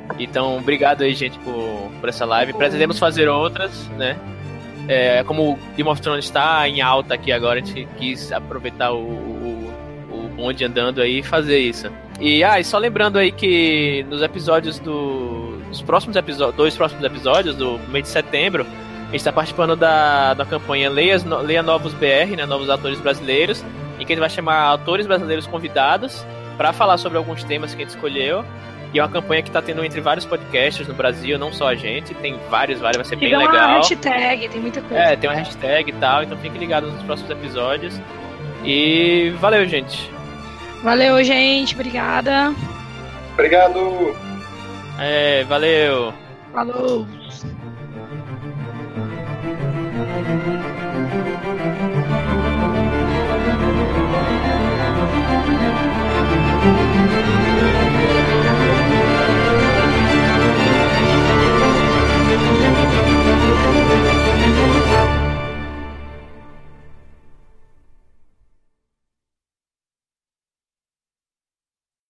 Então, obrigado aí, gente, por, por essa live. Pretendemos fazer outras, né? É, como o Game of Thrones está em alta aqui agora, a gente quis aproveitar o, o, o bonde andando aí e fazer isso. E, ah, e só lembrando aí que nos episódios do... Os próximos episódios, dois próximos episódios do mês de setembro, a gente está participando da, da campanha Leia, Leia Novos B R, né? Novos Atores Brasileiros, em que a gente vai chamar atores brasileiros convidados para falar sobre alguns temas que a gente escolheu. E é uma campanha que tá tendo entre vários podcasts no Brasil, não só a gente, tem vários, vários, vai ser bem legal. Tem uma hashtag, tem muita coisa. É, tem uma hashtag e tal, então fiquem ligados nos próximos episódios. E valeu, gente. Valeu, gente, obrigada. Obrigado. É, valeu. Falou.